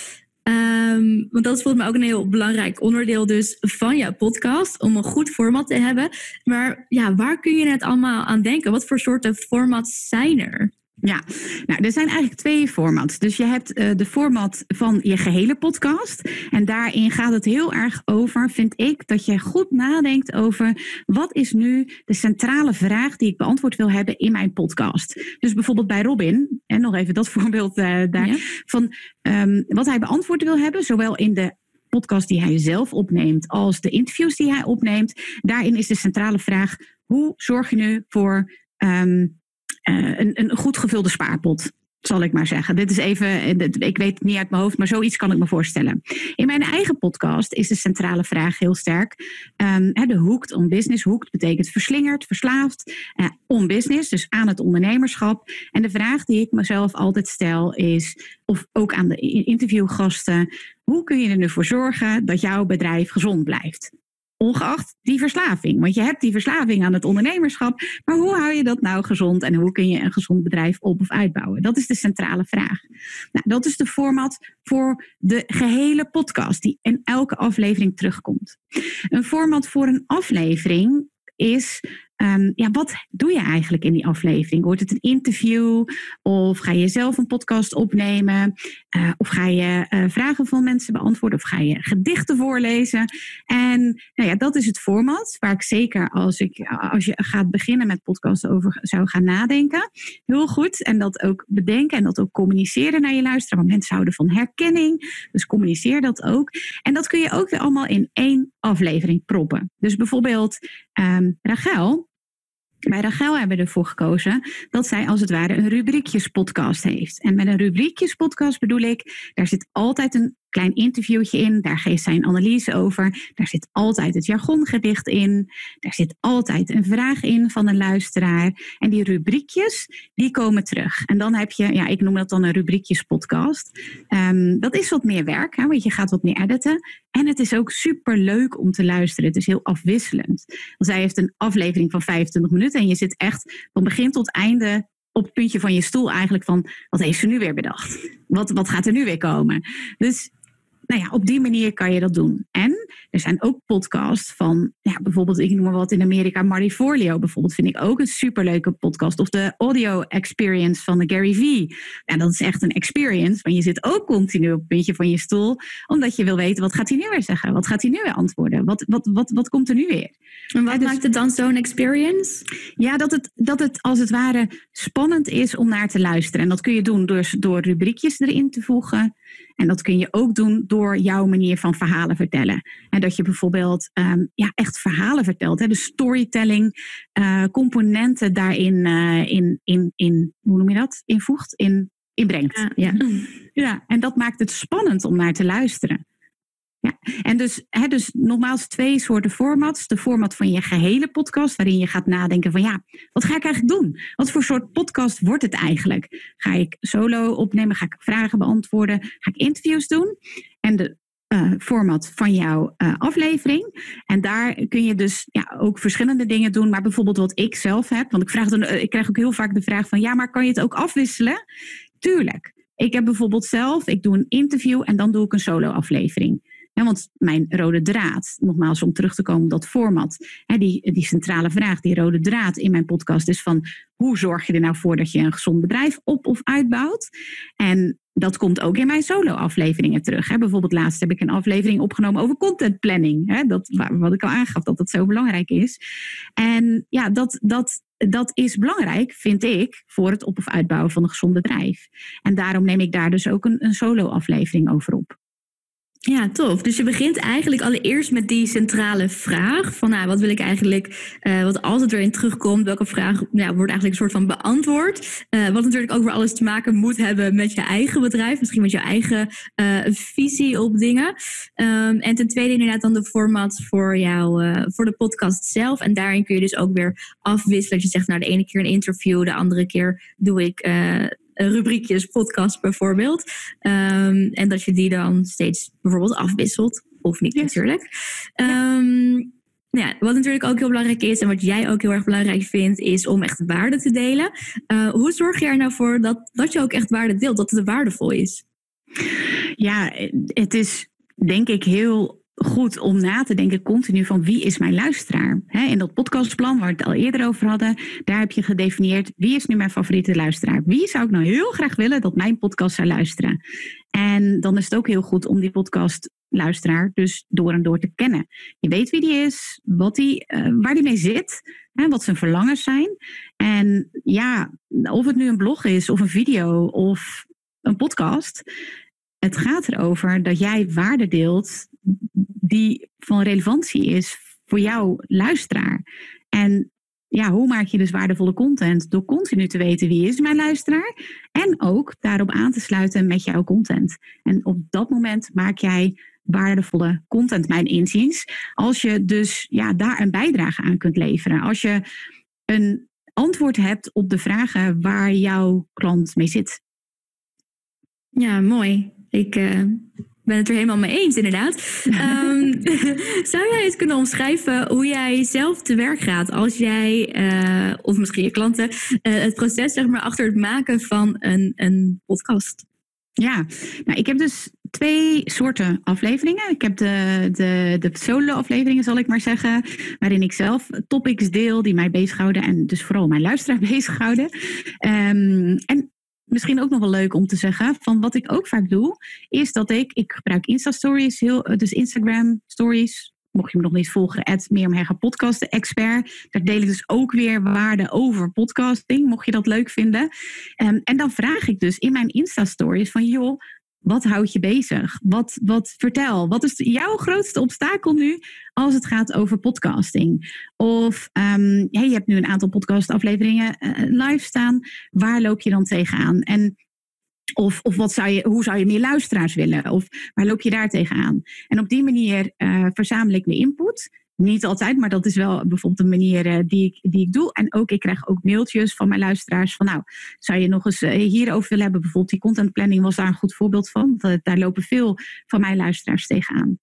Um, want dat is volgens mij ook een heel belangrijk onderdeel dus van jouw podcast, om een goed format te hebben. Maar ja, waar kun je het allemaal aan denken? Wat voor soorten formats zijn er? Ja, nou, er zijn eigenlijk twee formats. Dus je hebt uh, de format van je gehele podcast. En daarin gaat het heel erg over, vind ik, dat je goed nadenkt over wat is nu de centrale vraag die ik beantwoord wil hebben in mijn podcast. Dus bijvoorbeeld bij Robin, en nog even dat voorbeeld uh, daar, ja. van um, wat hij beantwoord wil hebben, zowel in de podcast die hij zelf opneemt als de interviews die hij opneemt. Daarin is de centrale vraag, hoe zorg je nu voor Um, Uh, een, een goed gevulde spaarpot, zal ik maar zeggen. Dit is even, ik weet het niet uit mijn hoofd, maar zoiets kan ik me voorstellen. In mijn eigen podcast is de centrale vraag heel sterk. Um, de hooked on business. Hooked betekent verslingerd, verslaafd. Uh, on business, dus aan het ondernemerschap. En de vraag die ik mezelf altijd stel is, of ook aan de interviewgasten, hoe kun je er nu voor zorgen dat jouw bedrijf gezond blijft? Ongeacht die verslaving. Want je hebt die verslaving aan het ondernemerschap. Maar hoe hou je dat nou gezond? En hoe kun je een gezond bedrijf op- of uitbouwen? Dat is de centrale vraag. Nou, dat is de format voor de gehele podcast. Die in elke aflevering terugkomt. Een format voor een aflevering is Um, ja, wat doe je eigenlijk in die aflevering? Wordt het een interview? Of ga je zelf een podcast opnemen? Uh, of ga je uh, vragen van mensen beantwoorden? Of ga je gedichten voorlezen? En nou ja, dat is het format waar ik zeker als, ik, als je gaat beginnen met podcasten over zou gaan nadenken. Heel goed. En dat ook bedenken en dat ook communiceren naar je luisteraar. Want mensen houden van herkenning. Dus communiceer dat ook. En dat kun je ook weer allemaal in één aflevering proppen. Dus bijvoorbeeld um, Rachel. Bij Rachel hebben we ervoor gekozen dat zij als het ware een rubriekjespodcast heeft. En met een rubriekjespodcast bedoel ik, daar zit altijd een klein interviewtje in. Daar geeft zij een analyse over. Daar zit altijd het jargongedicht in. Daar zit altijd een vraag in van een luisteraar. En die rubriekjes, die komen terug. En dan heb je, ja, ik noem dat dan een rubriekjespodcast. Um, dat is wat meer werk, hè, want je gaat wat meer editen. En het is ook super leuk om te luisteren. Het is heel afwisselend. Want zij heeft een aflevering van vijfentwintig minuten en je zit echt van begin tot einde op het puntje van je stoel eigenlijk van, wat heeft ze nu weer bedacht? Wat, wat gaat er nu weer komen? Dus nou ja, op die manier kan je dat doen. En er zijn ook podcasts van, ja, bijvoorbeeld, ik noem maar wat in Amerika, Marie Forleo bijvoorbeeld, vind ik ook een superleuke podcast. Of de Audio Experience van de Gary Vee. Ja, dat is echt een experience, want je zit ook continu op het puntje van je stoel, omdat je wil weten, wat gaat hij nu weer zeggen? Wat gaat hij nu weer antwoorden? Wat, wat, wat, wat komt er nu weer? En wat ja, dus, maakt het dan zo'n experience? Ja, dat het, dat het als het ware spannend is om naar te luisteren. En dat kun je doen door, door rubriekjes erin te voegen. En dat kun je ook doen door jouw manier van verhalen vertellen. En dat je bijvoorbeeld um, ja, echt verhalen vertelt. Hè? De storytelling, uh, componenten daarin uh, in, in, in, hoe noem je dat? Invoegt, in, inbrengt. Ja, ja. Ja, en dat maakt het spannend om naar te luisteren. Ja, en dus, hè, dus nogmaals twee soorten formats. De format van je gehele podcast, waarin je gaat nadenken van ja, wat ga ik eigenlijk doen? Wat voor soort podcast wordt het eigenlijk? Ga ik solo opnemen? Ga ik vragen beantwoorden? Ga ik interviews doen? En de uh, format van jouw uh, aflevering. En daar kun je dus ja, ook verschillende dingen doen. Maar bijvoorbeeld wat ik zelf heb. Want ik, vraag dan, uh, ik krijg ook heel vaak de vraag van ja, maar kan je het ook afwisselen? Tuurlijk. Ik heb bijvoorbeeld zelf, ik doe een interview en dan doe ik een solo aflevering. Ja, want mijn rode draad, nogmaals om terug te komen op dat format, hè, die, die centrale vraag, die rode draad in mijn podcast is van hoe zorg je er nou voor dat je een gezond bedrijf op of uitbouwt? En dat komt ook in mijn solo-afleveringen terug. Hè. Bijvoorbeeld laatst heb ik een aflevering opgenomen over content planning. Hè, dat, wat ik al aangaf, dat dat zo belangrijk is. En ja, dat, dat, dat is belangrijk, vind ik, voor het op- of uitbouwen van een gezond bedrijf. En daarom neem ik daar dus ook een, een solo-aflevering over op. Ja, tof. Dus je begint eigenlijk allereerst met die centrale vraag van nou, wat wil ik eigenlijk, uh, wat altijd erin terugkomt, welke vraag ja, wordt eigenlijk een soort van beantwoord. Uh, wat natuurlijk ook weer alles te maken moet hebben met je eigen bedrijf, misschien met je eigen uh, visie op dingen. Um, en ten tweede inderdaad dan de format voor jou, uh, voor de podcast zelf. En daarin kun je dus ook weer afwisselen. Dat je zegt, nou de ene keer een interview, de andere keer doe ik Uh, rubriekjes, podcast bijvoorbeeld. Um, en dat je die dan steeds bijvoorbeeld afwisselt. Of niet yes. natuurlijk. Um, ja, wat natuurlijk ook heel belangrijk is en wat jij ook heel erg belangrijk vindt, is om echt waarde te delen. Uh, hoe zorg je er nou voor dat, dat je ook echt waarde deelt, dat het waardevol is? Ja, het is denk ik heel goed om na te denken continu van wie is mijn luisteraar. He, in dat podcastplan waar we het al eerder over hadden, daar heb je gedefinieerd wie is nu mijn favoriete luisteraar. Wie zou ik nou heel graag willen dat mijn podcast zou luisteren? En dan is het ook heel goed om die podcastluisteraar dus door en door te kennen. Je weet wie die is, wat die, uh, waar die mee zit, hè, wat zijn verlangens zijn. En ja, of het nu een blog is of een video of een podcast, het gaat erover dat jij waarde deelt die van relevantie is voor jouw luisteraar. En ja, hoe maak je dus waardevolle content? Door continu te weten wie is mijn luisteraar en ook daarop aan te sluiten met jouw content. En op dat moment maak jij waardevolle content, mijn inziens. Als je dus ja, daar een bijdrage aan kunt leveren. Als je een antwoord hebt op de vragen waar jouw klant mee zit. Ja, mooi. Ik uh, ben het er helemaal mee eens, inderdaad. Um, zou jij eens kunnen omschrijven hoe jij zelf te werk gaat als jij, uh, of misschien je klanten, uh, het proces zeg maar, achter het maken van een, een podcast? Ja, nou, ik heb dus twee soorten afleveringen. Ik heb de, de, de solo-afleveringen, zal ik maar zeggen, waarin ik zelf topics deel die mij bezighouden en dus vooral mijn luisteraar bezighouden. Um, en misschien ook nog wel leuk om te zeggen, van wat ik ook vaak doe, is dat ik, ik gebruik Insta-stories, heel, dus Instagram-stories. Mocht je me nog niet volgen, at Mirjam Hegger Podcast Expert. Daar deel ik dus ook weer waarde over podcasting, mocht je dat leuk vinden. Um, en dan vraag ik dus in mijn Insta-stories van, joh, wat houdt je bezig? Wat, wat vertel? Wat is jouw grootste obstakel nu als het gaat over podcasting? Of um, hey, je hebt nu een aantal podcastafleveringen uh, live staan. Waar loop je dan tegenaan? En Of, of wat zou je, hoe zou je meer luisteraars willen? Of waar loop je daar tegenaan? En op die manier uh, verzamel ik mijn input. Niet altijd, maar dat is wel bijvoorbeeld een manier uh, die, ik, die ik doe. En ook, ik krijg ook mailtjes van mijn luisteraars van, nou, zou je nog eens uh, hierover willen hebben? Bijvoorbeeld die content planning was daar een goed voorbeeld van. Want, uh, daar lopen veel van mijn luisteraars tegenaan.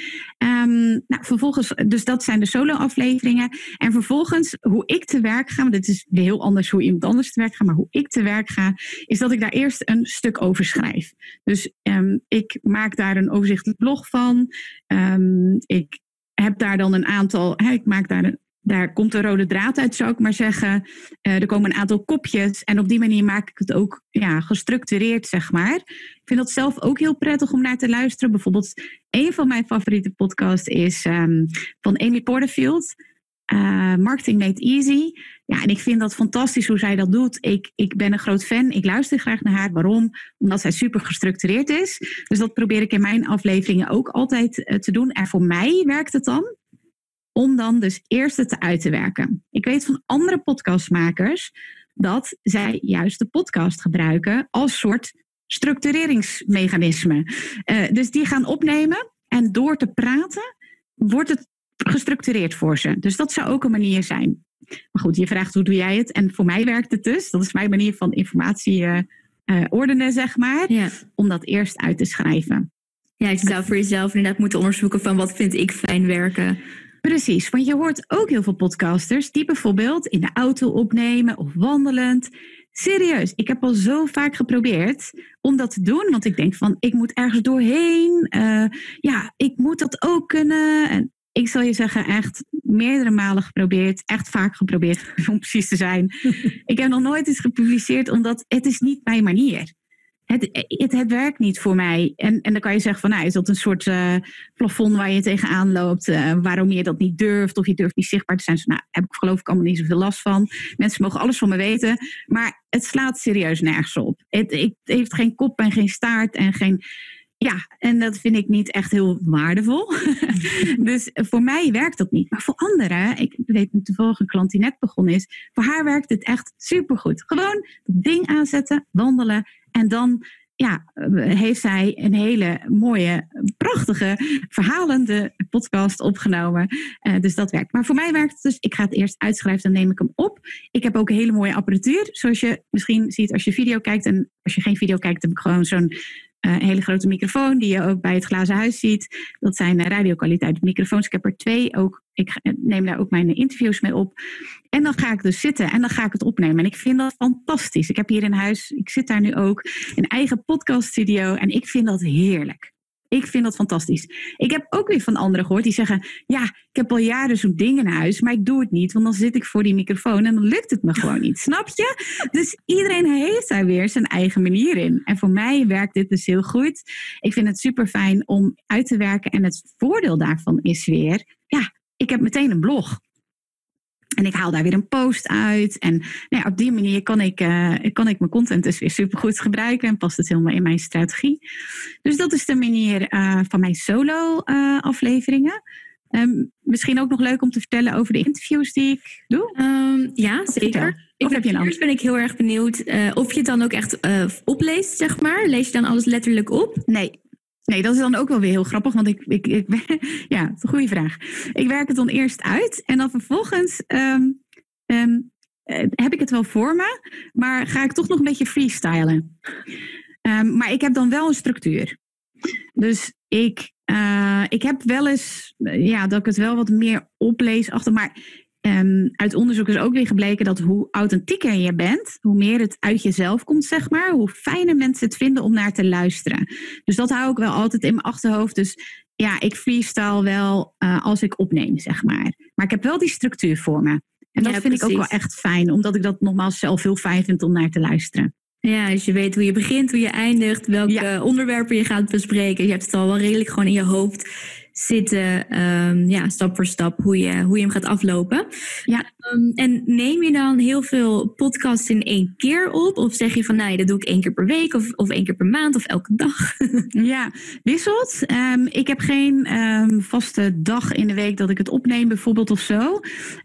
Um, nou, vervolgens, dus dat zijn de solo-afleveringen. En vervolgens, hoe ik te werk ga, want dit is weer heel anders hoe iemand anders te werk gaat, maar hoe ik te werk ga, is dat ik daar eerst een stuk over schrijf. Dus um, ik maak daar een overzichtelijk blog van. Um, ik heb daar dan een aantal, hè, ik maak daar een, daar komt een rode draad uit, zou ik maar zeggen. Uh, er komen een aantal kopjes en op die manier maak ik het ook ja, gestructureerd, zeg maar. Ik vind dat zelf ook heel prettig om naar te luisteren. Bijvoorbeeld, een van mijn favoriete podcasts is um, van Amy Porterfield. Uh, Marketing Made Easy. Ja, en ik vind dat fantastisch hoe zij dat doet. Ik, ik ben een groot fan. Ik luister graag naar haar. Waarom? Omdat zij super gestructureerd is. Dus dat probeer ik in mijn afleveringen ook altijd uh, te doen. En voor mij werkt het dan om dan dus eerst het uit te werken. Ik weet van andere podcastmakers dat zij juist de podcast gebruiken als soort structureringsmechanisme. Uh, dus die gaan opnemen en door te praten wordt het gestructureerd voor ze. Dus dat zou ook een manier zijn. Maar goed, je vraagt hoe doe jij het? En voor mij werkt het dus. Dat is mijn manier van informatie uh, uh, ordenen, zeg maar. Ja. Om dat eerst uit te schrijven. Ja, je zou voor jezelf inderdaad moeten onderzoeken van wat vind ik fijn werken. Precies, want je hoort ook heel veel podcasters die bijvoorbeeld in de auto opnemen of wandelend. Serieus, ik heb al zo vaak geprobeerd om dat te doen. Want ik denk van, ik moet ergens doorheen. Uh, ja, ik moet dat ook kunnen. En ik zal je zeggen, echt meerdere malen geprobeerd. Echt vaak geprobeerd, om precies te zijn. Ik heb nog nooit iets gepubliceerd, omdat het is niet mijn manier. Het, het, het werkt niet voor mij. En, en dan kan je zeggen van, nou, is dat een soort uh, plafond waar je tegenaan loopt? Uh, waarom je dat niet durft of je durft niet zichtbaar te zijn? Dus, nou, heb ik geloof ik allemaal niet zoveel last van. Mensen mogen alles van me weten. Maar het slaat serieus nergens op. Het, het heeft geen kop en geen staart en geen... Ja, en dat vind ik niet echt heel waardevol. Dus voor mij werkt dat niet. Maar voor anderen, ik weet toevallig een klant die net begonnen is, voor haar werkt het echt supergoed. Gewoon dat ding aanzetten, wandelen en dan ja, heeft zij een hele mooie, prachtige, verhalende podcast opgenomen. Uh, dus dat werkt. Maar voor mij werkt het dus. Ik ga het eerst uitschrijven, dan neem ik hem op. Ik heb ook een hele mooie apparatuur. Zoals je misschien ziet als je video kijkt. En als je geen video kijkt, heb ik gewoon zo'n uh, hele grote microfoon die je ook bij het glazen huis ziet. Dat zijn uh, radiokwaliteit microfoons. Ik heb er twee ook. Ik neem daar ook mijn interviews mee op. En dan ga ik dus zitten en dan ga ik het opnemen. En ik vind dat fantastisch. Ik heb hier in huis, ik zit daar nu ook, een eigen podcaststudio. En ik vind dat heerlijk. Ik vind dat fantastisch. Ik heb ook weer van anderen gehoord die zeggen, ja, ik heb al jaren zo'n ding in huis, maar ik doe het niet. Want dan zit ik voor die microfoon en dan lukt het me gewoon niet. Snap je? Dus iedereen heeft daar weer zijn eigen manier in. En voor mij werkt dit dus heel goed. Ik vind het super fijn om uit te werken. En het voordeel daarvan is weer, ja, ik heb meteen een blog. En ik haal daar weer een post uit. En nou ja, op die manier kan ik, uh, kan ik mijn content dus weer supergoed gebruiken. En past het helemaal in mijn strategie. Dus dat is de manier uh, van mijn solo uh, afleveringen. Um, misschien ook nog leuk om te vertellen over de interviews die ik doe. Um, ja, of zeker. Of heb je een Eerst ben ik heel erg benieuwd uh, of je het dan ook echt uh, opleest, zeg maar. Lees je dan alles letterlijk op? Nee. Nee, dat is dan ook wel weer heel grappig, want ik, ik, ik ja, dat is een goede vraag. Ik werk het dan eerst uit en dan vervolgens um, um, uh, heb ik het wel voor me, maar ga ik toch nog een beetje freestylen. Um, maar ik heb dan wel een structuur. Dus ik, uh, ik heb wel eens, uh, ja, dat ik het wel wat meer oplees achter, maar um, uit onderzoek is ook weer gebleken dat hoe authentieker je bent, hoe meer het uit jezelf komt, zeg maar, hoe fijner mensen het vinden om naar te luisteren. Dus dat hou ik wel altijd in mijn achterhoofd. Dus ja, ik freestyle wel uh, als ik opneem, zeg maar. Maar ik heb wel die structuur voor me. En dat ja, vind precies. ik ook wel echt fijn, omdat ik dat nogmaals zelf heel fijn vind om naar te luisteren. Ja, dus je weet hoe je begint, hoe je eindigt, welke ja. onderwerpen je gaat bespreken. Je hebt het al wel redelijk gewoon in je hoofd zitten, um, ja, stap voor stap, hoe je, hoe je hem gaat aflopen. Ja. Um, en neem je dan heel veel podcasts in één keer op? Of zeg je van, nou, dat doe ik één keer per week of, of één keer per maand of elke dag? Ja, wisselt. Um, ik heb geen um, vaste dag in de week dat ik het opneem bijvoorbeeld of zo.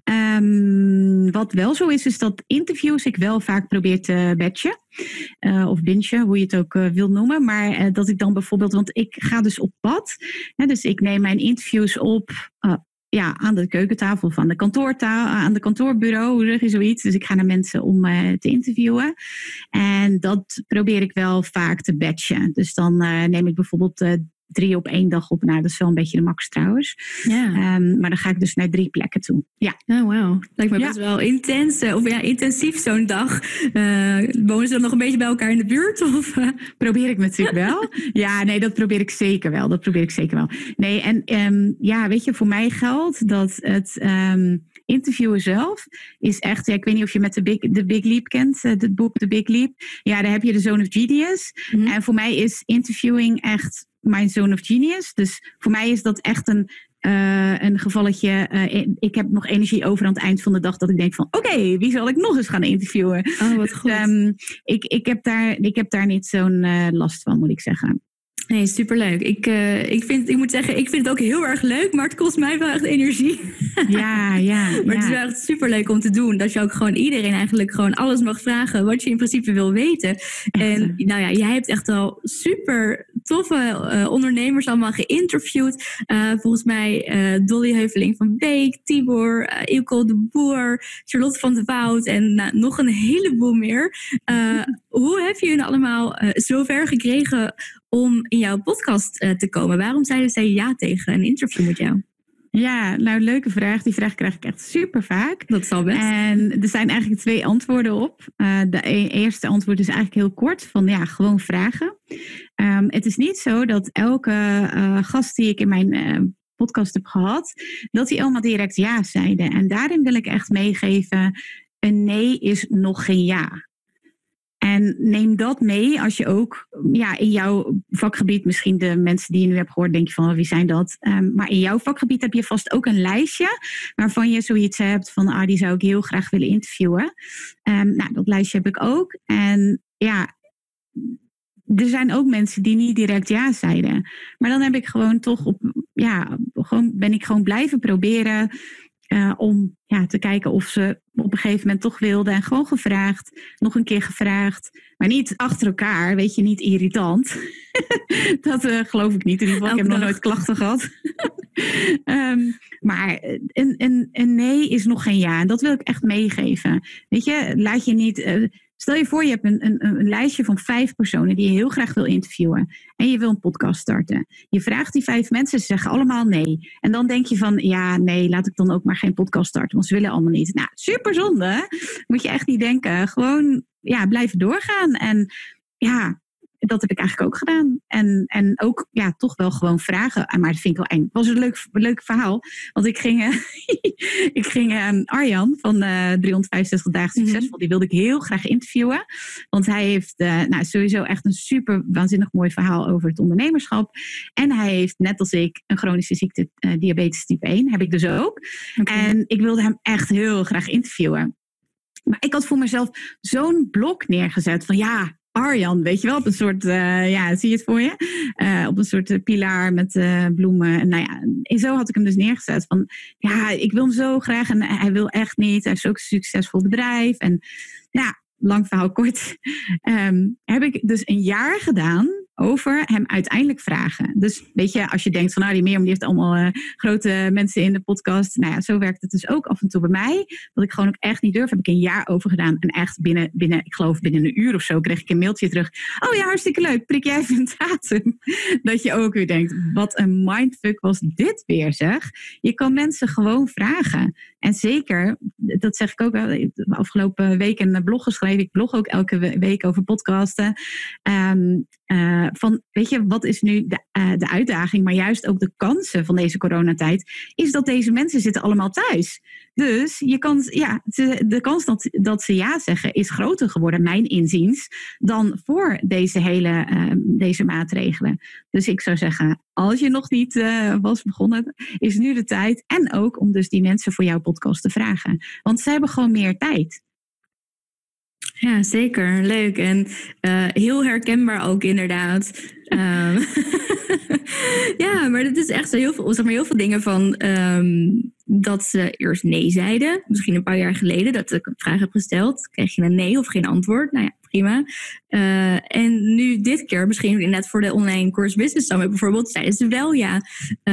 Um, wat wel zo is, is dat interviews ik wel vaak probeer te batchen. Uh, of bingen, hoe je het ook uh, wil noemen. Maar uh, dat ik dan bijvoorbeeld, want ik ga dus op pad. Hè, dus ik neem mijn interviews op uh, ja, aan de keukentafel of aan de kantoortafel, aan de kantoorbureau, hoe zeg je zoiets. Dus ik ga naar mensen om uh, te interviewen. En dat probeer ik wel vaak te batchen. Dus dan uh, neem ik bijvoorbeeld uh, drie op één dag op. Nou, dat is wel een beetje de max trouwens. Ja. Um, maar dan ga ik dus naar drie plekken toe. Ja. Oh, wow. Lijkt me ja. best wel intens. Of ja, intensief zo'n dag. Uh, wonen ze dan nog een beetje bij elkaar in de buurt? Of, uh? Probeer ik natuurlijk wel. Ja, nee, dat probeer ik zeker wel. Dat probeer ik zeker wel. Nee, en um, ja, weet je, voor mij geldt dat het um, interviewen zelf is echt... Ja, ik weet niet of je met de Big, de Big Leap kent. Uh, het boek The Big Leap. Ja, daar heb je de Zone of Genius. Mm-hmm. En voor mij is interviewing echt... mijn zone of genius. Dus voor mij is dat echt een, uh, een gevalletje. Uh, ik heb nog energie over aan het eind van de dag dat ik denk van oké, okay, wie zal ik nog eens gaan interviewen? Oh, wat goed. Dus, um, ik, ik, heb daar, ik heb daar niet zo'n uh, last van, moet ik zeggen. Nee, superleuk. Ik, uh, ik, vind, ik moet zeggen, ik vind het ook heel erg leuk, maar het kost mij wel echt energie. Ja, ja. Maar ja. het is wel echt superleuk om te doen. Dat je ook gewoon iedereen eigenlijk gewoon alles mag vragen wat je in principe wil weten. En nou ja, jij hebt echt al super toffe uh, ondernemers allemaal geïnterviewd. Uh, volgens mij uh, Dolly Heuveling van Beek, Tibor, uh, Ilko de Boer, Charlotte van de Woud en uh, nog een heleboel meer. Uh, hoe heb je hun allemaal uh, zover gekregen om in jouw podcast uh, te komen? Waarom zeiden zij ja tegen een interview met jou? Ja, nou, leuke vraag. Die vraag krijg ik echt super vaak. Dat zal best. En er zijn eigenlijk twee antwoorden op. Uh, de e- eerste antwoord is eigenlijk heel kort. Van ja, gewoon vragen. Um, het is niet zo dat elke uh, gast die ik in mijn uh, podcast heb gehad, dat die allemaal direct ja zeiden. En daarin wil ik echt meegeven, een nee is nog geen ja. En neem dat mee als je ook ja, in jouw vakgebied, misschien de mensen die je nu hebt gehoord, denk je van wie zijn dat? Um, maar in jouw vakgebied heb je vast ook een lijstje waarvan je zoiets hebt van ah, die zou ik heel graag willen interviewen. Um, nou, dat lijstje heb ik ook. En ja, er zijn ook mensen die niet direct ja zeiden. Maar dan heb ik gewoon toch op, ja, gewoon, ben ik gewoon blijven proberen. Uh, om ja, te kijken of ze op een gegeven moment toch wilden. En gewoon gevraagd. Nog een keer gevraagd. Maar niet achter elkaar. Weet je, niet irritant. Dat uh, geloof ik niet. In ieder geval, ik heb nog nooit klachten gehad. um, maar een, een, een nee is nog geen ja. En dat wil ik echt meegeven. Weet je, laat je niet... Uh, Stel je voor, je hebt een, een, een lijstje van vijf personen die je heel graag wil interviewen. En je wil een podcast starten. Je vraagt die vijf mensen, ze zeggen allemaal nee. En dan denk je van, ja, nee, laat ik dan ook maar geen podcast starten. Want ze willen allemaal niet. Nou, super zonde. Moet je echt niet denken. Gewoon, ja, blijven doorgaan. En ja, dat heb ik eigenlijk ook gedaan. En, en ook, ja, toch wel gewoon vragen. Maar dat vind ik wel eng. Het was een leuk, leuk verhaal. Want ik ging, uh, ik ging uh, Arjan van uh, driehonderdvijfenzestig dagen succesvol. Mm-hmm. Die wilde ik heel graag interviewen. Want hij heeft uh, nou, sowieso echt een super waanzinnig mooi verhaal over het ondernemerschap. En hij heeft, net als ik, een chronische ziekte, uh, diabetes type één. Heb ik dus ook. Okay. En ik wilde hem echt heel graag interviewen. Maar ik had voor mezelf zo'n blok neergezet van ja... Arjan, weet je wel, op een soort, uh, ja, zie je het voor je? Uh, op een soort uh, pilaar met uh, bloemen. En nou ja, en zo had ik hem dus neergezet. Van, ja, ik wil hem zo graag en hij wil echt niet. Hij is ook een succesvol bedrijf. En ja, lang verhaal kort. Um, heb ik dus een jaar gedaan over hem uiteindelijk vragen. Dus weet je, als je denkt van nou die Mirjam die heeft allemaal uh, grote mensen in de podcast. Nou ja, zo werkt het dus ook af en toe bij mij. Wat ik gewoon ook echt niet durf, heb ik een jaar over gedaan. En echt binnen, binnen ik geloof binnen een uur of zo kreeg ik een mailtje terug. Oh ja, hartstikke leuk, prik jij even een datum. Dat je ook weer denkt, wat een mindfuck was dit weer zeg. Je kan mensen gewoon vragen. En zeker, dat zeg ik ook wel, de afgelopen week een blog geschreven. Ik blog ook elke week over podcasten. Um, uh, van, weet je, wat is nu de, uh, de uitdaging, maar juist ook de kansen van deze coronatijd, is dat deze mensen zitten allemaal thuis. Dus je kan, ja, de kans dat, dat ze ja zeggen is groter geworden, mijn inziens, dan voor deze hele uh, deze maatregelen. Dus ik zou zeggen, als je nog niet uh, was begonnen, is nu de tijd. En ook om dus die mensen voor jouw podcast te vragen. Want ze hebben gewoon meer tijd. Ja, zeker. Leuk. En uh, heel herkenbaar ook inderdaad. um, ja, maar het is echt zo heel veel, zeg maar heel veel dingen van um, dat ze eerst nee zeiden. Misschien een paar jaar geleden dat ik een vraag heb gesteld. Kreeg je een nee of geen antwoord? Nou ja, prima. Uh, en nu dit keer, misschien inderdaad voor de online course business summit bijvoorbeeld, zeiden ze wel ja.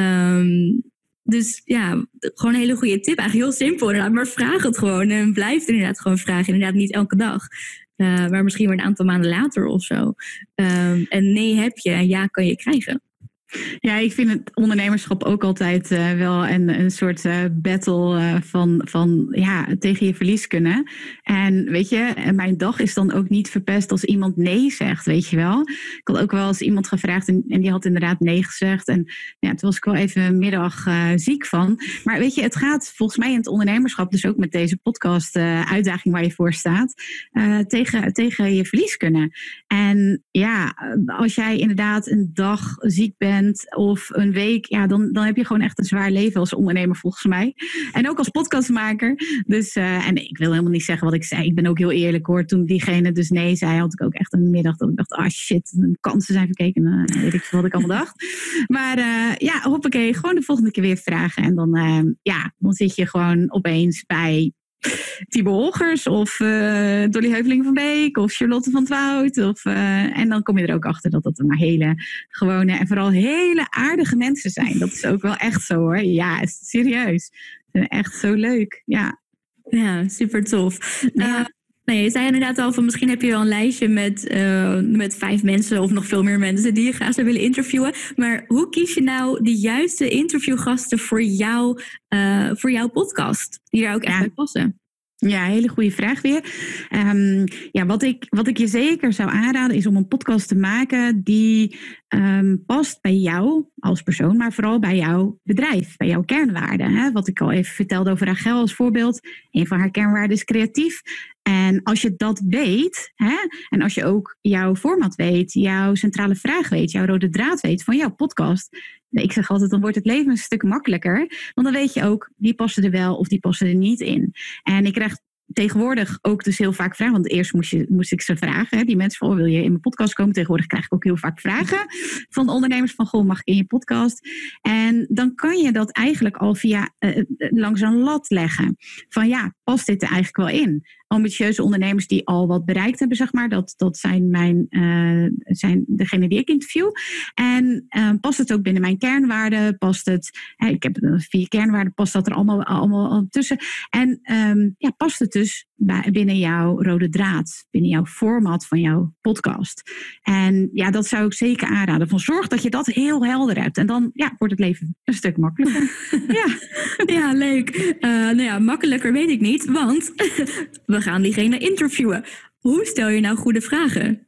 Um, Dus ja, gewoon een hele goede tip. Eigenlijk heel simpel inderdaad. Maar vraag het gewoon. En blijf inderdaad gewoon vragen. Inderdaad niet elke dag. Uh, maar misschien weer een aantal maanden later of zo. Um, en nee heb je en ja kan je krijgen. Ja, ik vind het ondernemerschap ook altijd uh, wel een, een soort uh, battle uh, van, van ja, tegen je verlies kunnen. En weet je, mijn dag is dan ook niet verpest als iemand nee zegt, weet je wel. Ik had ook wel eens iemand gevraagd en, en die had inderdaad nee gezegd. En ja, toen was ik wel even een middag uh, ziek van. Maar weet je, het gaat volgens mij in het ondernemerschap, dus ook met deze podcast uh, uitdaging waar je voor staat, uh, tegen, tegen je verlies kunnen. En ja, als jij inderdaad een dag ziek bent, of een week, ja, dan, dan heb je gewoon echt een zwaar leven als ondernemer volgens mij. En ook als podcastmaker. Dus, uh, en ik wil helemaal niet zeggen wat ik zei. Ik ben ook heel eerlijk hoor. Toen diegene dus nee zei, had ik ook echt een middag dat ik dacht, ah shit, de kansen zijn verkeken. Uh, weet ik veel wat ik allemaal dacht. Maar uh, ja, hoppakee, gewoon de volgende keer weer vragen. En dan, uh, ja, dan zit je gewoon opeens bij Thibaut Holgers of uh, Dolly Heuveling van Beek of Charlotte van 't Woud. Of, uh, en dan kom je er ook achter dat dat maar hele gewone en vooral hele aardige mensen zijn. Dat is ook wel echt zo hoor. Ja, serieus. Ze zijn echt zo leuk. Ja, ja super tof. Ja. Uh, Nee, je zei inderdaad al van misschien heb je wel een lijstje met, uh, met vijf mensen of nog veel meer mensen die je graag zou willen interviewen. Maar hoe kies je nou de juiste interviewgasten voor, jou, uh, voor jouw podcast? Die daar ook echt ja. bij passen? Ja, hele goede vraag weer. Um, ja, wat ik, wat ik je zeker zou aanraden is om een podcast te maken die um, past bij jou als persoon, maar vooral bij jouw bedrijf, bij jouw kernwaarden. Hè? Wat ik al even vertelde over Rachel als voorbeeld. Een van haar kernwaarden is creatief. En als je dat weet, hè, en als je ook jouw format weet, jouw centrale vraag weet, jouw rode draad weet van jouw podcast. Ik zeg altijd, dan wordt het leven een stuk makkelijker. Want dan weet je ook, die passen er wel of die passen er niet in. En ik krijg tegenwoordig ook dus heel vaak vragen. Want eerst moest, je, moest ik ze vragen. Hè, die mensen van, oh, wil je in mijn podcast komen? Tegenwoordig krijg ik ook heel vaak vragen van ondernemers van, goh, mag ik in je podcast? En dan kan je dat eigenlijk al via uh, langs een lat leggen. Van ja, past dit er eigenlijk wel in? Ambitieuze ondernemers die al wat bereikt hebben, zeg maar. Dat, dat zijn, mijn, uh, zijn degene die ik interview. En uh, past het ook binnen mijn kernwaarden? Past het, uh, ik heb vier kernwaarden, past dat er allemaal, allemaal, allemaal tussen? En um, ja, past het dus bij, binnen jouw rode draad, binnen jouw format van jouw podcast? En ja, dat zou ik zeker aanraden. Van zorg dat je dat heel helder hebt. En dan ja, wordt het leven een stuk makkelijker. ja. ja, leuk. Uh, nou ja, makkelijker weet ik niet, want we gaan diegene interviewen. Hoe stel je nou goede vragen?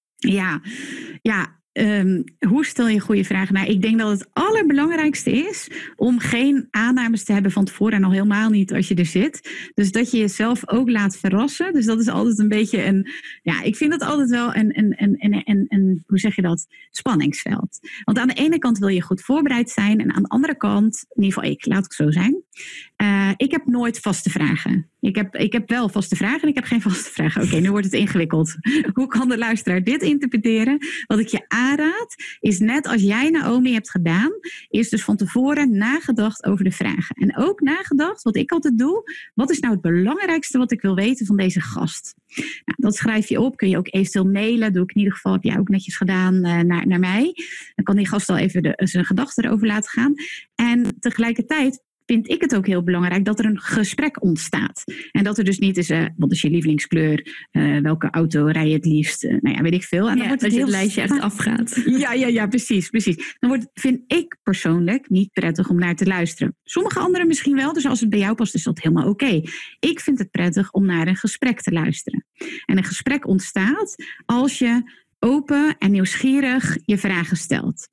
Ja, ja. Um, hoe stel je goede vragen? Nou, ik denk dat het allerbelangrijkste is om geen aannames te hebben van tevoren en al helemaal niet als je er zit. Dus dat je jezelf ook laat verrassen. Dus dat is altijd een beetje een, ja, ik vind dat altijd wel een, een, een, een, een, een hoe zeg je dat, spanningsveld. Want aan de ene kant wil je goed voorbereid zijn en aan de andere kant, in ieder geval ik, laat ik zo zijn. Uh, ik heb nooit vaste vragen. Ik heb, ik heb wel vaste vragen en ik heb geen vaste vragen. Oké, okay, nu wordt het ingewikkeld. Hoe kan de luisteraar dit interpreteren? Wat ik je aanraad is net als jij Naomi hebt gedaan, is dus van tevoren nagedacht over de vragen. En ook nagedacht, wat ik altijd doe, wat is nou het belangrijkste wat ik wil weten van deze gast? Nou, dat schrijf je op, kun je ook eventueel mailen. Doe ik in ieder geval, heb jij ook netjes gedaan uh, naar, naar mij. Dan kan die gast al even de, zijn gedachten erover laten gaan. En tegelijkertijd vind ik het ook heel belangrijk dat er een gesprek ontstaat. En dat er dus niet is, uh, wat is je lievelingskleur? Uh, welke auto rij je het liefst? Uh, nou ja, weet ik veel. En dan ja, wordt het heel heel het lijstje echt afgaat. Ja, ja, ja, precies, precies. Dan wordt, vind ik persoonlijk niet prettig om naar te luisteren. Sommige anderen misschien wel, dus als het bij jou past is dat helemaal oké. Okay. Ik vind het prettig om naar een gesprek te luisteren. En een gesprek ontstaat als je open en nieuwsgierig je vragen stelt.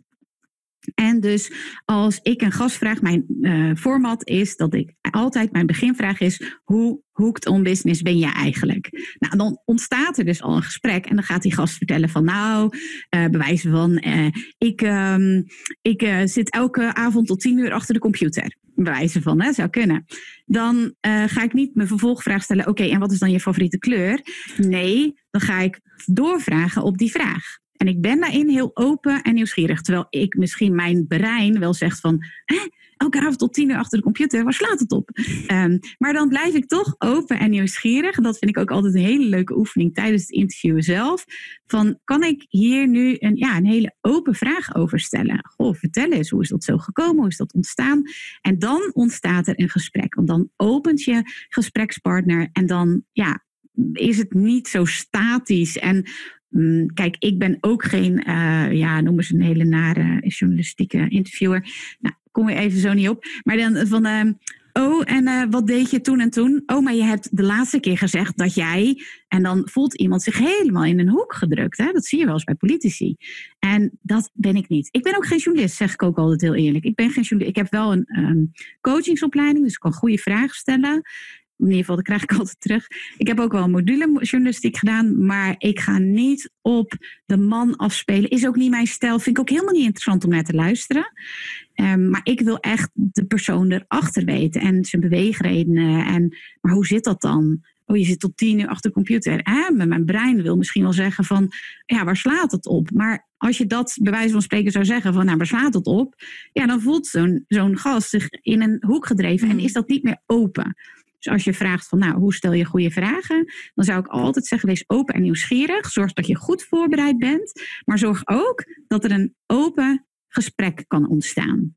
En dus als ik een gast vraag, mijn uh, format is dat ik altijd, mijn beginvraag is, hoe hooked on business ben je eigenlijk? Nou, dan ontstaat er dus al een gesprek en dan gaat die gast vertellen van nou, uh, bewijzen van, uh, ik, um, ik uh, zit elke avond tot tien uur achter de computer. Bewijzen van, hè, zou kunnen. Dan uh, ga ik niet mijn vervolgvraag stellen, oké, okay, en wat is dan je favoriete kleur? Nee, dan ga ik doorvragen op die vraag. En ik ben daarin heel open en nieuwsgierig. Terwijl ik misschien mijn brein wel zegt van, hè, elke avond tot tien uur achter de computer, waar slaat het op? Um, maar dan blijf ik toch open en nieuwsgierig. En dat vind ik ook altijd een hele leuke oefening tijdens het interview zelf. Van, kan ik hier nu een, ja, een hele open vraag over stellen? Goh, vertel eens, hoe is dat zo gekomen? Hoe is dat ontstaan? En dan ontstaat er een gesprek. Want dan opent je gesprekspartner en dan, ja, is het niet zo statisch en kijk, ik ben ook geen, uh, ja, noem eens een hele nare journalistieke interviewer. Nou, kom je even zo niet op. Maar dan van, uh, oh, en uh, wat deed je toen en toen? Oh, maar je hebt de laatste keer gezegd dat jij... En dan voelt iemand zich helemaal in een hoek gedrukt. Hè? Dat zie je wel eens bij politici. En dat ben ik niet. Ik ben ook geen journalist, zeg ik ook altijd heel eerlijk. Ik ben geen journalist. Ik heb wel een um, coachingsopleiding, dus ik kan goede vragen stellen. In ieder geval, dat krijg ik altijd terug. Ik heb ook wel een module journalistiek gedaan, maar ik ga niet op de man afspelen. Is ook niet mijn stijl. Vind ik ook helemaal niet interessant om naar te luisteren. Um, maar ik wil echt de persoon erachter weten en zijn beweegredenen. En, maar hoe zit dat dan? Oh, je zit tot tien uur achter de computer. Eh, mijn brein wil misschien wel zeggen van, ja, waar slaat het op? Maar als je dat bij wijze van spreken zou zeggen van, nou, waar slaat het op? Ja, dan voelt zo'n, zo'n gast zich in een hoek gedreven en is dat niet meer open. Dus als je vraagt van, nou, hoe stel je goede vragen? Dan zou ik altijd zeggen, wees open en nieuwsgierig. Zorg dat je goed voorbereid bent. Maar zorg ook dat er een open gesprek kan ontstaan.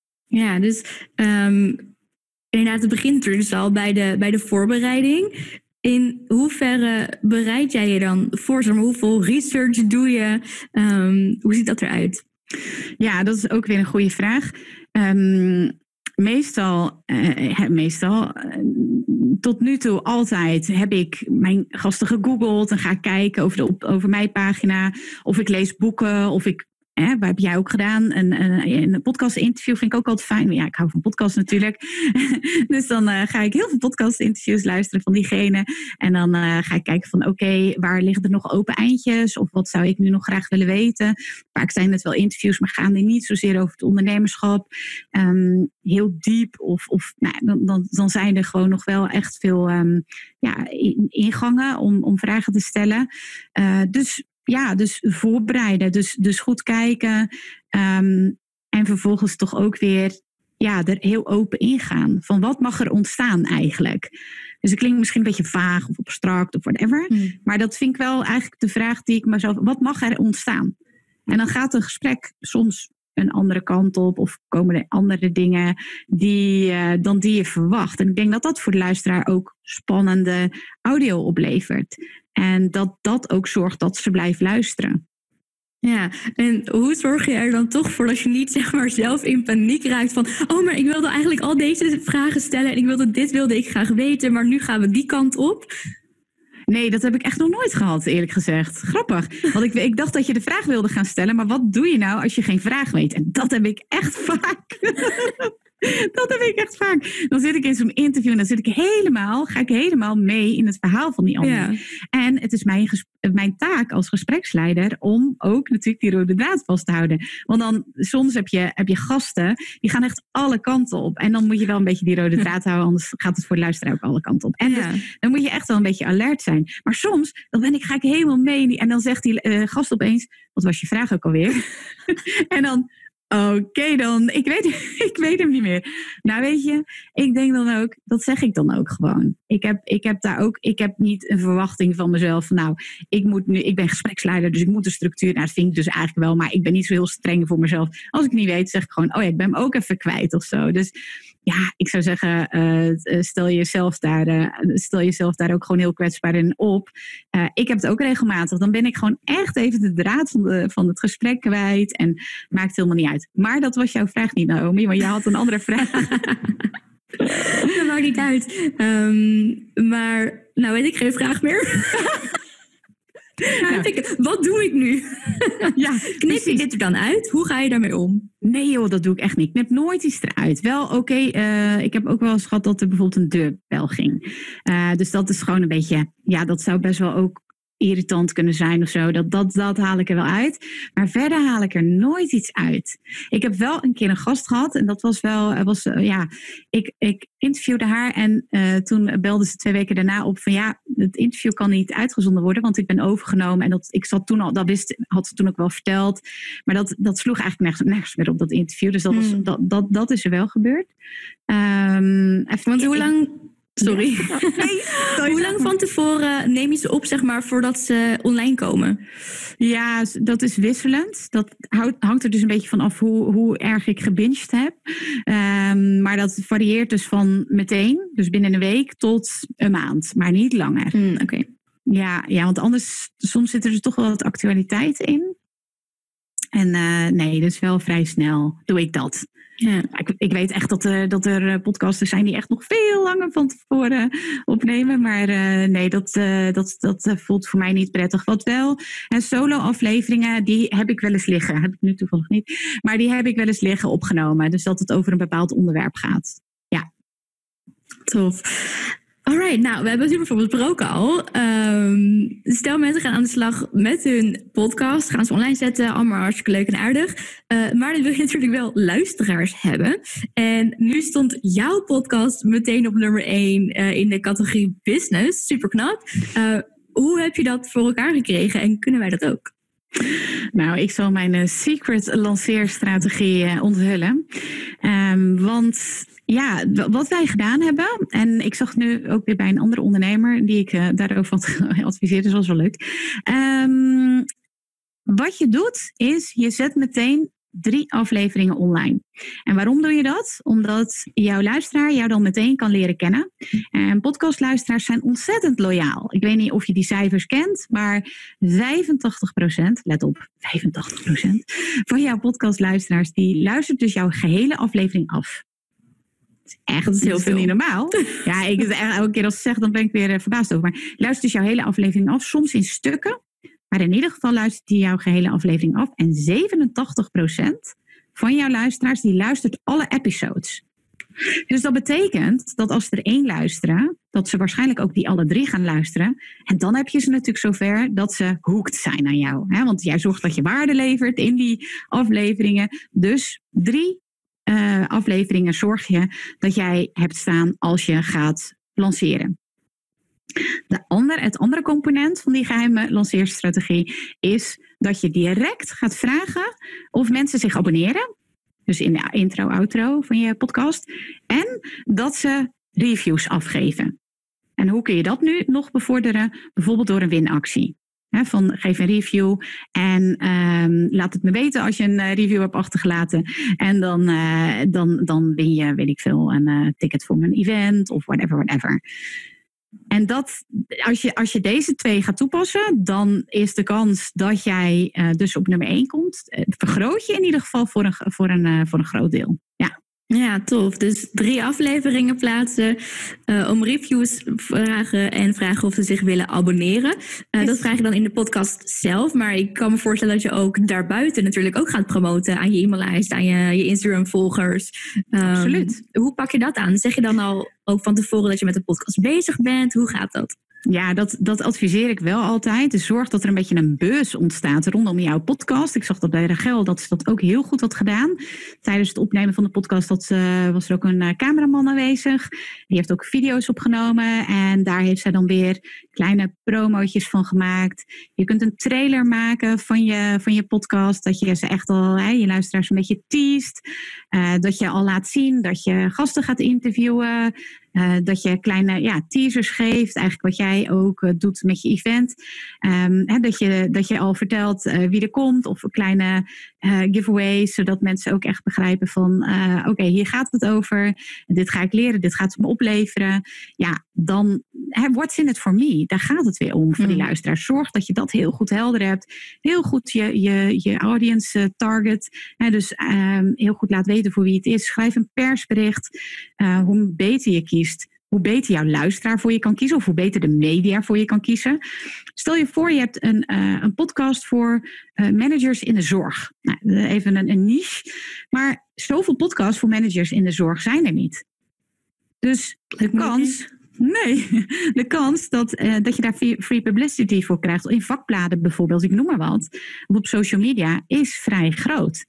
Ja, dus um, inderdaad, het begint er dus al bij de, bij de voorbereiding. In hoeverre bereid jij je dan voor? Zeg maar, hoeveel research doe je? Um, hoe ziet dat eruit? Ja, dat is ook weer een goede vraag. Um, Meestal, uh, meestal uh, tot nu toe altijd heb ik mijn gasten gegoogeld en ga kijken over, de, op, over mijn pagina. Of ik lees boeken, of ik, hè, wat heb jij ook gedaan? Een, een, een podcast interview vind ik ook altijd fijn. Ja, ik hou van podcasts natuurlijk. Dus dan uh, ga ik heel veel podcast interviews luisteren van diegene. En dan uh, ga ik kijken van oké, okay, waar liggen er nog open eindjes? Of wat zou ik nu nog graag willen weten? Vaak zijn het wel interviews, maar gaan die niet zozeer over het ondernemerschap. Um, heel diep. Of, of nou, dan, dan, dan zijn er gewoon nog wel echt veel um, ja, ingangen om, om vragen te stellen. Uh, dus Ja, dus voorbereiden. Dus, dus goed kijken. Um, en vervolgens toch ook weer ja, er heel open ingaan. Van wat mag er ontstaan eigenlijk? Dus het klinkt misschien een beetje vaag of abstract of whatever. Hmm. Maar dat vind ik wel eigenlijk de vraag die ik mezelf... Wat mag er ontstaan? En dan gaat een gesprek soms een andere kant op. Of komen er andere dingen die, uh, dan die je verwacht. En ik denk dat dat voor de luisteraar ook spannende audio oplevert. En dat dat ook zorgt dat ze blijft luisteren. Ja, en hoe zorg je er dan toch voor dat je niet zeg maar zelf in paniek raakt van... oh, maar ik wilde eigenlijk al deze vragen stellen en ik wilde dit wilde ik graag weten, maar nu gaan we die kant op. Nee, dat heb ik echt nog nooit gehad, eerlijk gezegd. Grappig. Want ik, ik dacht dat je de vraag wilde gaan stellen, maar wat doe je nou als je geen vraag weet? En dat heb ik echt vaak. Dat heb ik echt vaak. Dan zit ik in zo'n interview en dan zit ik helemaal, ga ik helemaal mee in het verhaal van die ander. Ja. En het is mijn, ges- mijn taak als gespreksleider om ook natuurlijk die rode draad vast te houden. Want dan soms heb je, heb je gasten, die gaan echt alle kanten op. En dan moet je wel een beetje die rode draad houden, anders gaat het voor de luisteraar ook alle kanten op. En ja. dus, dan moet je echt wel een beetje alert zijn. Maar soms, dan ben ik, ga ik helemaal mee en dan zegt die uh, gast opeens, wat was je vraag ook alweer? En dan... Oké okay, dan, ik weet, ik weet hem niet meer. Nou weet je, ik denk dan ook, dat zeg ik dan ook gewoon. Ik heb, ik heb daar ook, ik heb niet een verwachting van mezelf van nou, ik moet nu, ik ben gespreksleider, dus ik moet een structuur. Nou, dat vind ik dus eigenlijk wel, maar ik ben niet zo heel streng voor mezelf. Als ik het niet weet, zeg ik gewoon, oh ja, ik ben hem ook even kwijt of zo. Dus ja, ik zou zeggen, uh, stel jezelf daar, uh, stel jezelf daar ook gewoon heel kwetsbaar in op. Uh, ik heb het ook regelmatig. Dan ben ik gewoon echt even de draad van, de, van het gesprek kwijt en maakt helemaal niet uit. Maar dat was jouw vraag niet, Naomi, want je had een andere vraag. Dat maakt niet uit. Um, maar, nou weet ik geen vraag meer. Nou, ik, wat doe ik nu? Ja, knip je dit er dan uit? Hoe ga je daarmee om? Nee joh, dat doe ik echt niet. Ik knip nooit iets eruit. Wel oké, okay, uh, ik heb ook wel eens gehad dat er bijvoorbeeld een deurbel ging. Uh, dus dat is gewoon een beetje, ja, dat zou best wel ook irritant kunnen zijn of zo. Dat, dat, dat haal ik er wel uit. Maar verder haal ik er nooit iets uit. Ik heb wel een keer een gast gehad. En dat was wel... Was, uh, ja, ik, ik interviewde haar. En uh, toen belde ze twee weken daarna op van ja, het interview kan niet uitgezonden worden. Want ik ben overgenomen. En dat, ik zat toen al... Dat wist, had ze toen ook wel verteld. Maar dat, dat sloeg eigenlijk nergens, nergens meer op dat interview. Dus dat, was, hmm. dat, dat, dat is er wel gebeurd. Um, even, want hoe ik, lang... Sorry. Ja. Nee, hoe lang van tevoren neem je ze op, zeg maar, voordat ze online komen? Ja, dat is wisselend. Dat hangt er dus een beetje van af hoe, hoe erg ik gebinged heb. Um, maar dat varieert dus van meteen, dus binnen een week, tot een maand. Maar niet langer. Mm, Oké. Okay. Ja, ja, want anders, soms zit er dus toch wel wat actualiteit in. En uh, nee, dus wel vrij snel doe ik dat. Ja. Ik, ik weet echt dat, uh, dat er podcasters zijn die echt nog veel langer van tevoren opnemen. Maar uh, nee, dat, uh, dat, dat uh, voelt voor mij niet prettig. Wat wel, en solo-afleveringen, die heb ik wel eens liggen. Heb ik nu toevallig niet. Maar die heb ik wel eens liggen opgenomen. Dus dat het over een bepaald onderwerp gaat. Ja. Tof. Alright, nou, we hebben het hier bijvoorbeeld besproken al. Um, stel mensen gaan aan de slag met hun podcast, gaan ze online zetten, allemaal hartstikke leuk en aardig. Uh, maar dan wil je natuurlijk wel luisteraars hebben. En nu stond jouw podcast meteen op nummer één uh, in de categorie business. Super knap. Uh, hoe heb je dat voor elkaar gekregen en kunnen wij dat ook? Nou, ik zal mijn uh, secret lanceerstrategie uh, onthullen. Um, want... Ja, wat wij gedaan hebben, en ik zag nu ook weer bij een andere ondernemer die ik uh, daarover had geadviseerd, dus dat was wel leuk. Um, wat je doet, is je zet meteen drie afleveringen online. En waarom doe je dat? Omdat jouw luisteraar jou dan meteen kan leren kennen. En podcastluisteraars zijn ontzettend loyaal. Ik weet niet of je die cijfers kent, maar vijfentachtig procent, let op, vijfentachtig procent van jouw podcastluisteraars, die luistert dus jouw gehele aflevering af. Echt, dat is heel veel niet normaal. Ja, ik, elke keer als ik zeg, dan ben ik weer uh, verbaasd over. Maar luister dus jouw hele aflevering af, soms in stukken. Maar in ieder geval luistert hij jouw gehele aflevering af. En zevenentachtig procent van jouw luisteraars, die luistert alle episodes. Dus dat betekent dat als er één luisteren, dat ze waarschijnlijk ook die alle drie gaan luisteren. En dan heb je ze natuurlijk zover dat ze hooked zijn aan jou. Hè? Want jij zorgt dat je waarde levert in die afleveringen. Dus drie Uh, afleveringen zorg je dat jij hebt staan als je gaat lanceren. De ander, het andere component van die geheime lanceerstrategie is dat je direct gaat vragen of mensen zich abonneren. Dus in de intro-outro van je podcast. En dat ze reviews afgeven. En hoe kun je dat nu nog bevorderen? Bijvoorbeeld door een winactie. He, van geef een review en um, laat het me weten als je een uh, review hebt achtergelaten. En dan, uh, dan, dan win je, weet ik veel, een uh, ticket voor een event of whatever, whatever. En dat, als je, als je deze twee gaat toepassen, dan is de kans dat jij uh, dus op nummer één komt, uh, vergroot je in ieder geval voor een, voor een, uh, voor een groot deel. Ja. Ja, tof. Dus drie afleveringen plaatsen, uh, om reviews vragen en vragen of ze zich willen abonneren. Uh, yes. Dat vraag je dan in de podcast zelf. Maar ik kan me voorstellen dat je ook daarbuiten natuurlijk ook gaat promoten aan je e-maillijst, aan je, je Instagram-volgers. Um, Absoluut. Hoe pak je dat aan? Zeg je dan al ook van tevoren dat je met de podcast bezig bent? Hoe gaat dat? Ja, dat, dat adviseer ik wel altijd. Dus zorg dat er een beetje een buzz ontstaat rondom jouw podcast. Ik zag dat bij Rachel, dat ze dat ook heel goed had gedaan. Tijdens het opnemen van de podcast dat, uh, was er ook een uh, cameraman aanwezig. Die heeft ook video's opgenomen. En daar heeft zij dan weer kleine promootjes van gemaakt. Je kunt een trailer maken van je, van je podcast. Dat je ze echt al, hè, je luisteraars een beetje teast. Uh, dat je al laat zien dat je gasten gaat interviewen. Uh, dat je kleine ja, teasers geeft, eigenlijk wat jij ook uh, doet met je event. Um, hè, dat, je, dat je al vertelt uh, wie er komt of kleine uh, giveaways, zodat mensen ook echt begrijpen van uh, oké, okay, hier gaat het over. Dit ga ik leren, dit gaat het me opleveren. Ja, dan hè, what's in it for me? Daar gaat het weer om voor mm. die luisteraars. Zorg dat je dat heel goed helder hebt. Heel goed je, je, je audience uh, target. Hè, dus um, heel goed laat weten voor wie het is. Schrijf een persbericht. Uh, hoe beter je kiest, hoe beter jouw luisteraar voor je kan kiezen of hoe beter de media voor je kan kiezen. Stel je voor, je hebt een, uh, een podcast voor uh, managers in de zorg. Nou, even een, een niche. Maar zoveel podcasts voor managers in de zorg zijn er niet. Dus de kans... Nee, de kans dat, uh, dat je daar free publicity voor krijgt, in vakbladen bijvoorbeeld, ik noem maar wat, of op social media, is vrij groot.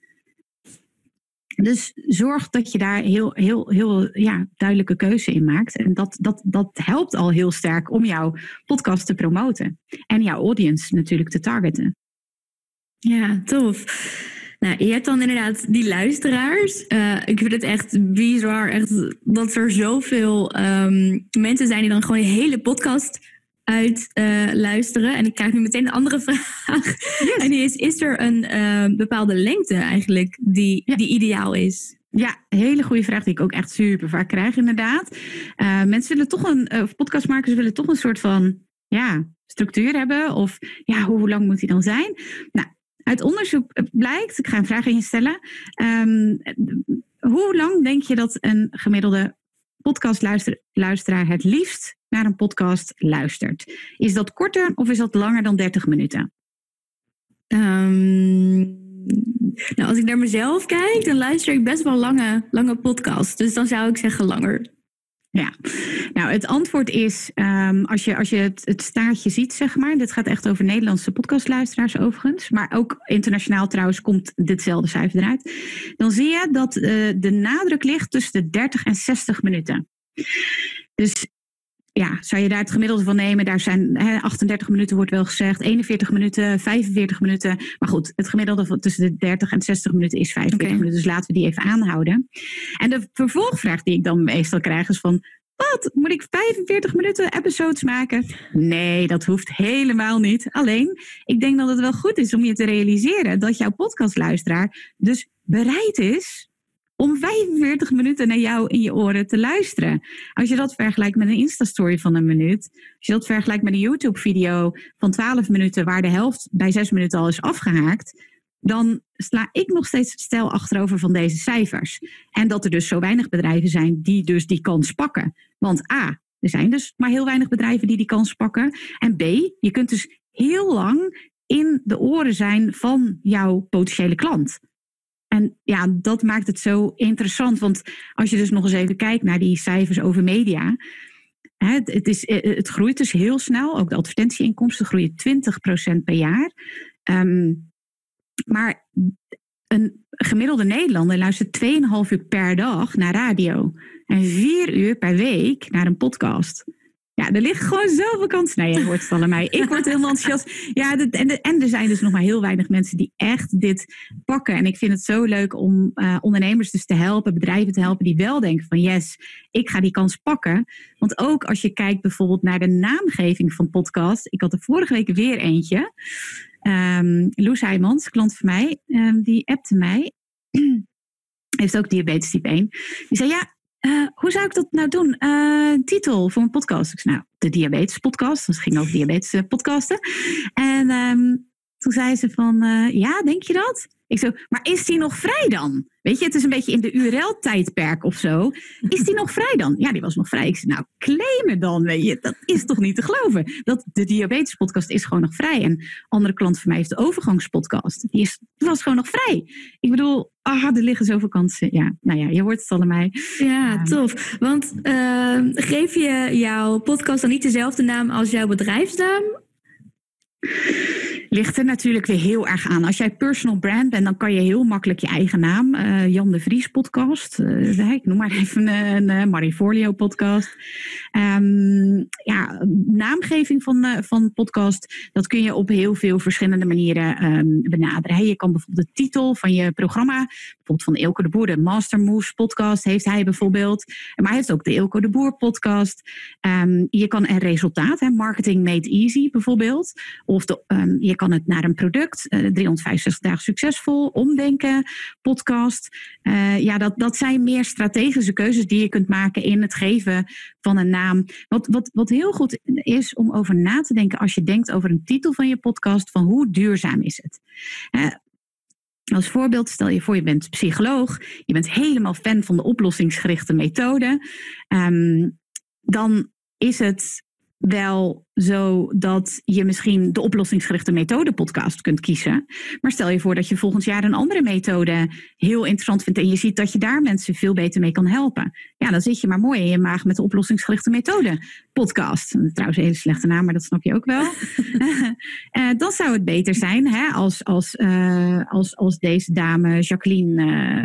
Dus zorg dat je daar heel, heel, heel ja, duidelijke keuze in maakt. En dat, dat, dat helpt al heel sterk om jouw podcast te promoten. En jouw audience natuurlijk te targeten. Ja, tof. Nou, je hebt dan inderdaad die luisteraars. Uh, ik vind het echt bizar echt, dat er zoveel um, mensen zijn die dan gewoon je hele podcast uit uh, luisteren. En ik krijg nu meteen een andere vraag. Yes. En die is, is er een uh, bepaalde lengte eigenlijk die, ja. die ideaal is? Ja, hele goede vraag die ik ook echt super vaak krijg inderdaad. Uh, mensen willen toch een, of podcastmakers willen toch een soort van ja, structuur hebben. Of ja, hoe, hoe lang moet die dan zijn? Nou, uit onderzoek blijkt, ik ga een vraag aan je stellen. Um, hoe lang denk je dat een gemiddelde podcastluisteraar het liefst naar een podcast luistert? Is dat korter of is dat langer dan dertig minuten? Um, nou, als ik naar mezelf kijk, dan luister ik best wel lange, lange podcasts. Dus dan zou ik zeggen langer. Ja, nou het antwoord is, um, als je, als je het, het staartje ziet, zeg maar. Dit gaat echt over Nederlandse podcastluisteraars overigens. Maar ook internationaal trouwens komt ditzelfde cijfer eruit. Dan zie je dat uh, de nadruk ligt tussen de dertig en zestig minuten. Dus ja, zou je daar het gemiddelde van nemen? Daar zijn hè, achtendertig minuten wordt wel gezegd, eenenveertig minuten, vijfenveertig minuten. Maar goed, het gemiddelde van tussen de dertig en zestig minuten is vijfenveertig okay. minuten. Dus laten we die even aanhouden. En de vervolgvraag die ik dan meestal krijg is van, wat? Moet ik vijfenveertig minuten episodes maken? Nee, dat hoeft helemaal niet. Alleen, ik denk dat het wel goed is om je te realiseren dat jouw podcastluisteraar dus bereid is om vijfenveertig minuten naar jou in je oren te luisteren. Als je dat vergelijkt met een Insta-story van een minuut. Als je dat vergelijkt met een YouTube-video van twaalf minuten, waar de helft bij zes minuten al is afgehaakt, dan sla ik nog steeds het stel achterover van deze cijfers. En dat er dus zo weinig bedrijven zijn die dus die kans pakken. Want A, er zijn dus maar heel weinig bedrijven die die kans pakken. En B, je kunt dus heel lang in de oren zijn van jouw potentiële klant. En ja, dat maakt het zo interessant. Want als je dus nog eens even kijkt naar die cijfers over media. Het, het, is, het groeit dus heel snel. Ook de advertentieinkomsten groeien twintig procent per jaar. Um, maar een gemiddelde Nederlander luistert twee komma vijf uur per dag naar radio. En vier uur per week naar een podcast. Ja, er ligt gewoon zoveel kans. Nee, je hoort het al aan mij. Ik word helemaal enthousiast. Ja, de, en, de, en er zijn dus nog maar heel weinig mensen die echt dit pakken. En ik vind het zo leuk om uh, ondernemers dus te helpen, bedrijven te helpen die wel denken van yes, ik ga die kans pakken. Want ook als je kijkt bijvoorbeeld naar de naamgeving van podcast. Ik had er vorige week weer eentje. Um, Loes Heijmans, klant van mij, um, die appte mij. Heeft ook diabetes type één. Die zei ja, Uh, hoe zou ik dat nou doen? Uh, titel voor een podcast. Ik zei, nou, de diabetes podcast. Dus het ging over diabetes podcasten. En um, toen zei ze van, uh, ja, denk je dat? Ik zo, maar is die nog vrij dan? Weet je, het is een beetje in de U R L-tijdperk of zo. Is die nog vrij dan? Ja, die was nog vrij. Ik zei, nou, claimen dan, weet je. Dat is toch niet te geloven? Dat, de diabetespodcast is gewoon nog vrij. En een andere klant van mij heeft de overgangspodcast. Die, is, die was gewoon nog vrij. Ik bedoel, ah, er liggen zoveel kansen. Ja, nou ja, je hoort het al aan mij. Ja, um, tof. Want uh, geef je jouw podcast dan niet dezelfde naam als jouw bedrijfsnaam? Ligt er natuurlijk weer heel erg aan. Als jij personal brand bent, dan kan je heel makkelijk je eigen naam. Uh, Jan de Vries podcast. Uh, ik noem maar even een, een Marie Forleo podcast. Um, ja, naamgeving van, uh, van podcast, dat kun je op heel veel verschillende manieren um, benaderen. He, je kan bijvoorbeeld de titel van je programma, bijvoorbeeld van Eelco de Boer, de Master Moves podcast heeft hij bijvoorbeeld. Maar hij heeft ook de Eelco de Boer podcast. Um, je kan een resultaat, he, Marketing Made Easy bijvoorbeeld. Of de, um, je kan het naar een product, uh, driehonderdvijfenzestig dagen succesvol, omdenken, podcast. Uh, ja, dat, dat zijn meer strategische keuzes die je kunt maken in het geven van een naam. Wat, wat, wat heel goed is om over na te denken als je denkt over een titel van je podcast, van hoe duurzaam is het? Uh, Als voorbeeld, stel je voor je bent psycholoog, je bent helemaal fan van de oplossingsgerichte methode, um, dan is het wel zo dat je misschien de oplossingsgerichte methode podcast kunt kiezen. Maar stel je voor dat je volgend jaar een andere methode heel interessant vindt en je ziet dat je daar mensen veel beter mee kan helpen. Ja, dan zit je maar mooi in je maag met de oplossingsgerichte methode podcast. Trouwens een hele slechte naam, maar dat snap je ook wel. uh, dan zou het beter zijn hè, als, als, uh, als, als deze dame Jacqueline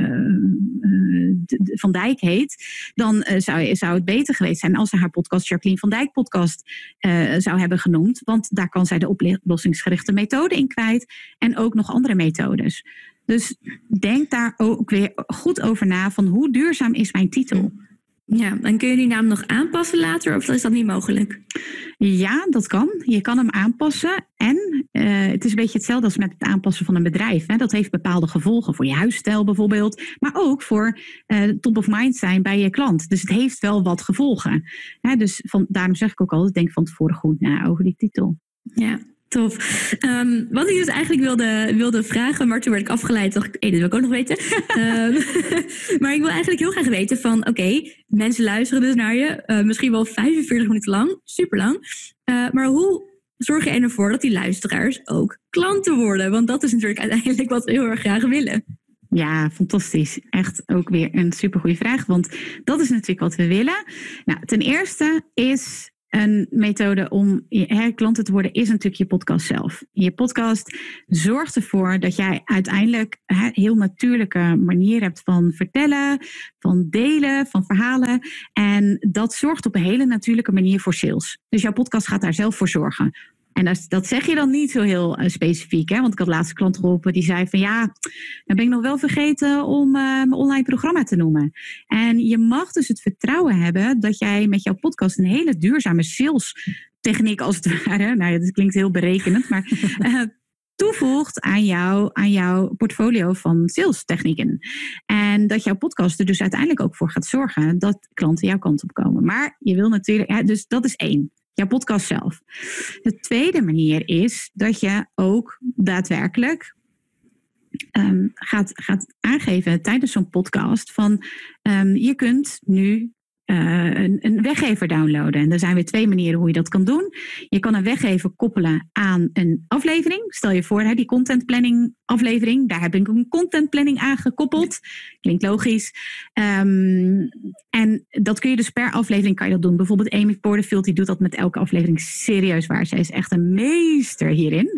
uh, uh, van Dijk heet. Dan uh, zou, zou het beter geweest zijn als ze haar podcast Jacqueline van Dijk podcast uh, zou hebben genoemd. Want daar kan zij de oplossingsgerichte methode in kwijt. En ook nog andere methodes. Dus denk daar ook weer goed over na van hoe duurzaam is mijn titel? Ja, en kun je die naam nog aanpassen later of is dat niet mogelijk? Ja, dat kan. Je kan hem aanpassen. En uh, het is een beetje hetzelfde als met het aanpassen van een bedrijf. Hè. Dat heeft bepaalde gevolgen voor je huisstijl bijvoorbeeld. Maar ook voor uh, top of mind zijn bij je klant. Dus het heeft wel wat gevolgen. Hè, dus van, daarom zeg ik ook altijd, denk van tevoren goed na over die titel. Ja. Tof. Um, wat ik dus eigenlijk wilde, wilde vragen, maar toen werd ik afgeleid. Dacht ik, hey, dat wil ik ook nog weten. um, maar ik wil eigenlijk heel graag weten van, oké, okay, mensen luisteren dus naar je. Uh, misschien wel vijfenveertig minuten lang. Super lang. Uh, maar hoe zorg je ervoor dat die luisteraars ook klanten worden? Want dat is natuurlijk uiteindelijk wat we heel erg graag willen. Ja, fantastisch. Echt ook weer een supergoeie vraag. Want dat is natuurlijk wat we willen. Nou, ten eerste is een methode om hè, klanten te worden is natuurlijk je podcast zelf. Je podcast zorgt ervoor dat jij uiteindelijk hè, heel natuurlijke manier hebt van vertellen, van delen, van verhalen. En dat zorgt op een hele natuurlijke manier voor sales. Dus jouw podcast gaat daar zelf voor zorgen. En dat, dat zeg je dan niet zo heel uh, specifiek. Hè? Want ik had laatst een klant geholpen die zei van ja, dan ben ik nog wel vergeten om uh, mijn online programma te noemen. En je mag dus het vertrouwen hebben dat jij met jouw podcast een hele duurzame sales techniek als het ware, nou ja, dat klinkt heel berekenend, maar uh, toevoegt aan, jou, aan jouw portfolio van sales technieken. En dat jouw podcast er dus uiteindelijk ook voor gaat zorgen dat klanten jouw kant op komen. Maar je wil natuurlijk, ja, dus dat is één. Jouw podcast zelf. De tweede manier is dat je ook daadwerkelijk um, gaat, gaat aangeven tijdens zo'n podcast van um, je kunt nu uh, een, een weggever downloaden. En er zijn weer twee manieren hoe je dat kan doen. Je kan een weggever koppelen aan een aflevering. Stel je voor, hè, die content planning aflevering. Daar heb ik een content planning aan gekoppeld. Klinkt logisch. Um, en dat kun je dus per aflevering kan je dat doen. Bijvoorbeeld Amy Porterfield, die doet dat met elke aflevering serieus waar. Zij is echt een meester hierin.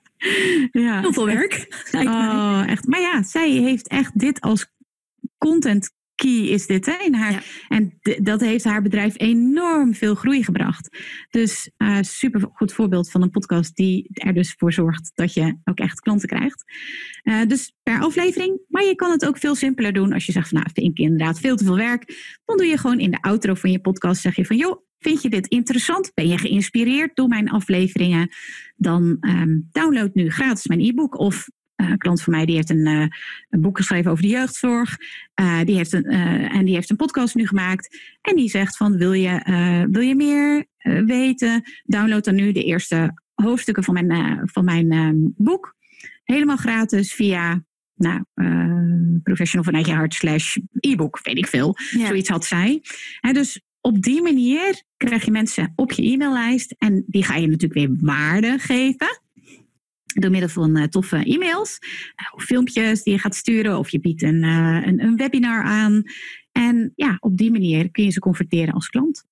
Ja, heel veel werk. Oh, echt. Maar ja, zij heeft echt dit als content key is dit hè, in haar. Ja. En d- dat heeft haar bedrijf enorm veel groei gebracht. Dus uh, super goed voorbeeld van een podcast die er dus voor zorgt dat je ook echt klanten krijgt. Uh, dus per aflevering. Maar je kan het ook veel simpeler doen als je zegt van nou vind ik inderdaad veel te veel werk. Dan doe je gewoon in de outro van je podcast zeg je van joh, vind je dit interessant? Ben je geïnspireerd door mijn afleveringen? Dan um, download nu gratis mijn e-book of Uh, een klant van mij die heeft een, uh, een boek geschreven over de jeugdzorg. Uh, die heeft een, uh, en die heeft een podcast nu gemaakt. En die zegt van wil je, uh, wil je meer uh, weten? Download dan nu de eerste hoofdstukken van mijn, uh, van mijn uh, boek. Helemaal gratis via nou, uh, professional vanuit je hart slash e-book, weet ik veel. Ja. Zoiets had zij. He, dus op die manier krijg je mensen op je e-maillijst en die ga je natuurlijk weer waarde geven. Door middel van uh, toffe e-mails, uh, of filmpjes die je gaat sturen, of je biedt een, uh, een, een webinar aan. En ja, op die manier kun je ze converteren als klant.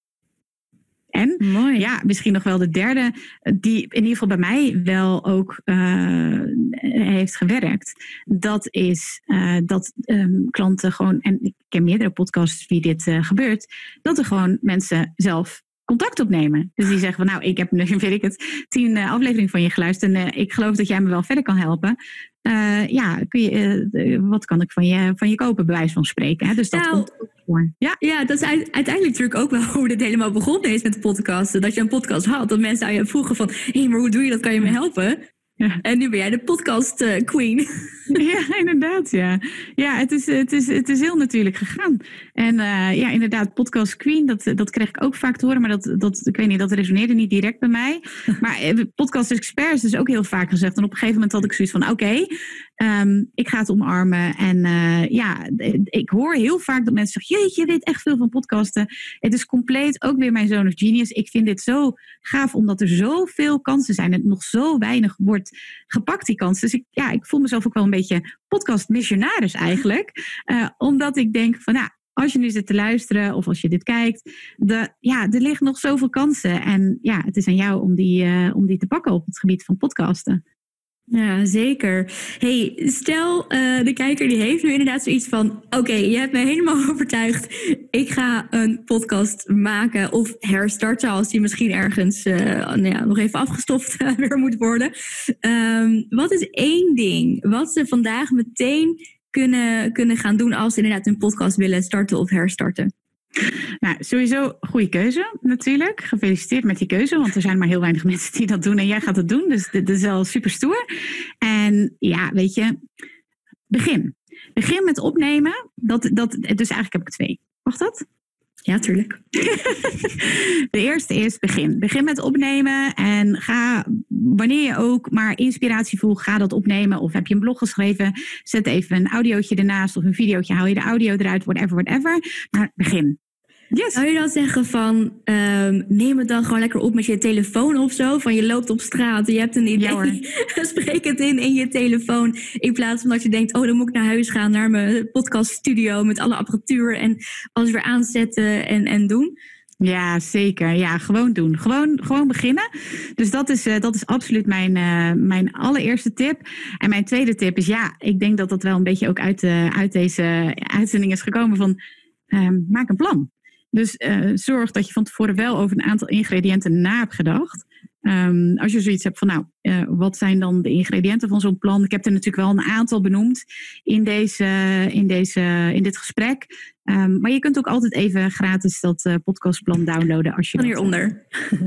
En Mooi. Ja, misschien nog wel de derde, die in ieder geval bij mij wel ook uh, heeft gewerkt. Dat is uh, dat um, klanten gewoon, en ik ken meerdere podcasts wie dit uh, gebeurt, dat er gewoon mensen zelf contact opnemen. Dus die zeggen van nou, ik heb nu, weet ik het, tien uh, afleveringen van je geluisterd en uh, ik geloof dat jij me wel verder kan helpen. Uh, ja, kun je, uh, wat kan ik van je, van je kopen, bij wijze van spreken. Hè? Dus dat nou, komt ook voor. Ja. ja, dat is uiteindelijk natuurlijk ook wel hoe dit helemaal begonnen is met de podcasten. Dat je een podcast had, dat mensen aan je vroegen van hé, hey, maar hoe doe je dat? Kan je me helpen? Ja. En nu ben jij de podcast uh, queen. Ja, inderdaad, ja. Ja, het is, het is, het is heel natuurlijk gegaan. En uh, ja, inderdaad, podcast queen, dat, dat kreeg ik ook vaak te horen. Maar dat, dat, ik weet niet, dat resoneerde niet direct bij mij. Maar podcast expert is dus ook heel vaak gezegd. En op een gegeven moment had ik zoiets van, oké, okay, um, ik ga het omarmen. En uh, ja, ik hoor heel vaak dat mensen zeggen, jeetje, je weet echt veel van podcasten. Het is compleet ook weer mijn zone of genius. Ik vind dit zo gaaf, omdat er zoveel kansen zijn. En nog zo weinig wordt gepakt, die kans. Dus ik, ja, ik voel mezelf ook wel een beetje podcast-missionaris eigenlijk. Uh, omdat ik denk van, nou, als je nu zit te luisteren of als je dit kijkt, de, ja, er liggen nog zoveel kansen. En ja, het is aan jou om die, uh, om die te pakken op het gebied van podcasten. Ja, zeker. Hey, stel uh, de kijker die heeft nu inderdaad zoiets van, oké, okay, je hebt mij helemaal overtuigd. Ik ga een podcast maken of herstarten als die misschien ergens uh, nou ja, nog even afgestoft uh, weer moet worden. Um, wat is één ding wat ze vandaag meteen kunnen, kunnen gaan doen als ze inderdaad een podcast willen starten of herstarten? Nou, sowieso goede keuze natuurlijk. Gefeliciteerd met die keuze, want er zijn maar heel weinig mensen die dat doen en jij gaat het doen. Dus dit is wel super stoer. En ja, weet je, begin. Begin met opnemen. Dat, dat, dus eigenlijk heb ik twee. Mag dat? Ja, tuurlijk. De eerste is begin. Begin met opnemen en ga, wanneer je ook maar inspiratie voelt, ga dat opnemen. Of heb je een blog geschreven, zet even een audiootje ernaast of een videootje, haal je de audio eruit, whatever, whatever. Maar begin. Yes. Zou je dan zeggen van, um, neem het dan gewoon lekker op met je telefoon of zo? Van je loopt op straat, je hebt een idee, ja, spreek het in in je telefoon. In plaats van dat je denkt, oh, dan moet ik naar huis gaan, naar mijn podcaststudio met alle apparatuur en alles weer aanzetten en, en doen. Ja, zeker. Ja, gewoon doen. Gewoon, gewoon beginnen. Dus dat is, uh, dat is absoluut mijn, uh, mijn allereerste tip. En mijn tweede tip is, ja, ik denk dat dat wel een beetje ook uit, uh, uit deze uitzending is gekomen van, uh, maak een plan. Dus uh, zorg dat je van tevoren wel over een aantal ingrediënten na hebt gedacht. Um, als je zoiets hebt van, nou, uh, wat zijn dan de ingrediënten van zo'n plan? Ik heb er natuurlijk wel een aantal benoemd in, deze, in, deze, in dit gesprek. Um, maar je kunt ook altijd even gratis dat uh, podcastplan downloaden. Als je kan hieronder.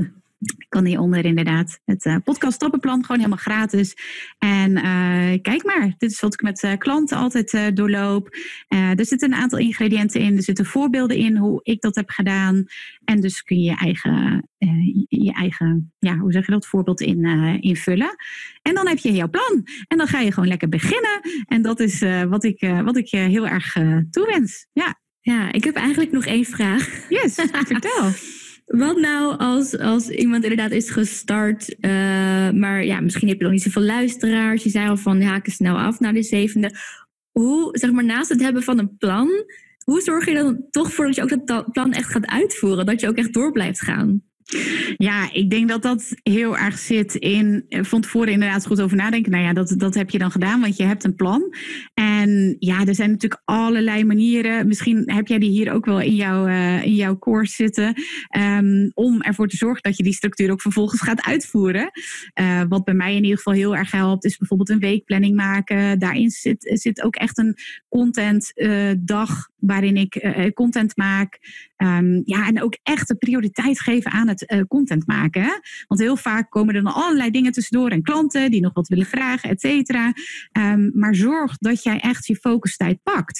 Kan hieronder inderdaad. Het uh, podcast stappenplan, gewoon helemaal gratis. En uh, kijk maar, dit is wat ik met uh, klanten altijd uh, doorloop. Uh, er zitten een aantal ingrediënten in. Er zitten voorbeelden in hoe ik dat heb gedaan. En dus kun je je eigen, uh, je eigen ja, hoe zeg je dat, voorbeeld in, uh, invullen. En dan heb je jouw plan. En dan ga je gewoon lekker beginnen. En dat is uh, wat ik, uh, wat ik je heel erg uh, toewens. Ja. Ja, ik heb eigenlijk nog één vraag. Yes, vertel. Wat nou als, als iemand inderdaad is gestart, uh, maar ja, misschien heb je nog niet zoveel luisteraars. Je zei al van, haak er snel af naar de zevende. Hoe, zeg maar, naast het hebben van een plan, hoe zorg je dan toch voor dat je ook dat plan echt gaat uitvoeren? Dat je ook echt door blijft gaan? Ja, ik denk dat dat heel erg zit in van tevoren inderdaad goed over nadenken. Nou ja, dat, dat heb je dan gedaan, want je hebt een plan. En ja, er zijn natuurlijk allerlei manieren. Misschien heb jij die hier ook wel in, jou, uh, in jouw course zitten. Um, om ervoor te zorgen dat je die structuur ook vervolgens gaat uitvoeren. Uh, wat bij mij in ieder geval heel erg helpt, is bijvoorbeeld een weekplanning maken. Daarin zit, zit ook echt een content uh, dag waarin ik uh, content maak. Um, ja, en ook echt de prioriteit geven aan het uh, content maken. Hè? Want heel vaak komen er dan allerlei dingen tussendoor en klanten die nog wat willen vragen, et cetera. Um, maar zorg dat jij echt je focustijd pakt.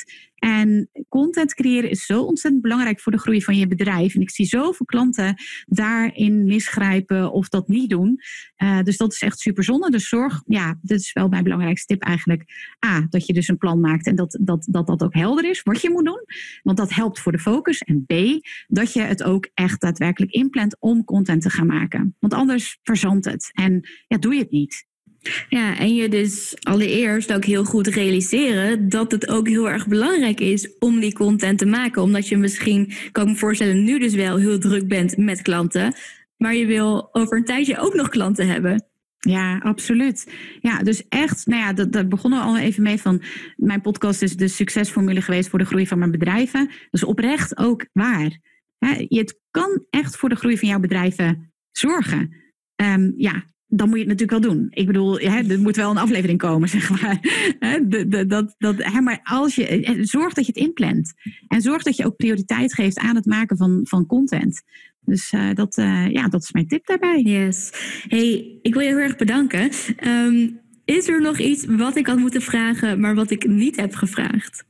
En content creëren is zo ontzettend belangrijk voor de groei van je bedrijf. En ik zie zoveel klanten daarin misgrijpen of dat niet doen. Uh, dus dat is echt super zonde. Dus zorg, ja, dat is wel mijn belangrijkste tip eigenlijk. A, dat je dus een plan maakt en dat dat, dat dat ook helder is wat je moet doen. Want dat helpt voor de focus. En B, dat je het ook echt daadwerkelijk inplant om content te gaan maken. Want anders verzandt het. En ja, doe je het niet. Ja, en je dus allereerst ook heel goed realiseren dat het ook heel erg belangrijk is om die content te maken. Omdat je misschien, kan ik me voorstellen, nu dus wel heel druk bent met klanten. Maar je wil over een tijdje ook nog klanten hebben. Ja, absoluut. Ja, dus echt, nou ja, dat, dat begonnen we al even mee van. Mijn podcast is de succesformule geweest voor de groei van mijn bedrijven. Dus oprecht ook waar. He, het kan echt voor de groei van jouw bedrijven zorgen. Um, ja. Dan moet je het natuurlijk wel doen. Ik bedoel, hè, er moet wel een aflevering komen, zeg maar. Hè, de, de, dat, dat, hè, maar als je, zorg dat je het inplant. En zorg dat je ook prioriteit geeft aan het maken van, van content. Dus uh, dat, uh, ja, dat is mijn tip daarbij. Yes. Hey, ik wil je heel erg bedanken. Um, is er nog iets wat ik had moeten vragen, maar wat ik niet heb gevraagd?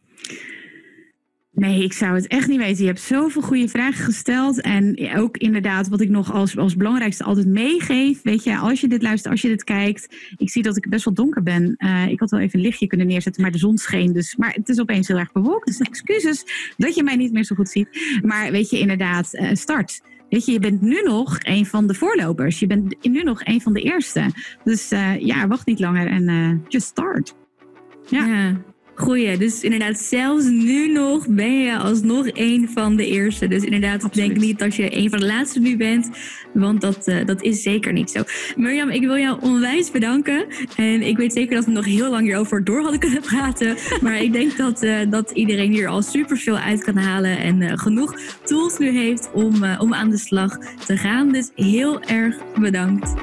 Nee, ik zou het echt niet weten. Je hebt zoveel goede vragen gesteld. En ook inderdaad, wat ik nog als, als belangrijkste altijd meegeef. Weet je, als je dit luistert, als je dit kijkt. Ik zie dat ik best wel donker ben. Uh, ik had wel even een lichtje kunnen neerzetten, maar de zon scheen. Dus, maar het is opeens heel erg bewolkt. Dus excuses dat je mij niet meer zo goed ziet. Maar weet je, inderdaad, uh, start. Weet je, je bent nu nog een van de voorlopers. Je bent nu nog een van de eerste. Dus uh, ja, wacht niet langer en uh, just start. Ja. ja. Goeie, dus inderdaad, zelfs nu nog ben je alsnog een van de eerste. Dus inderdaad, ik denk niet dat je een van de laatste nu bent. Want dat, uh, dat is zeker niet zo. Mirjam, ik wil jou onwijs bedanken. En ik weet zeker dat we nog heel lang hierover door hadden kunnen praten. Maar ik denk dat, uh, dat iedereen hier al super veel uit kan halen. En uh, genoeg tools nu heeft om, uh, om aan de slag te gaan. Dus heel erg bedankt.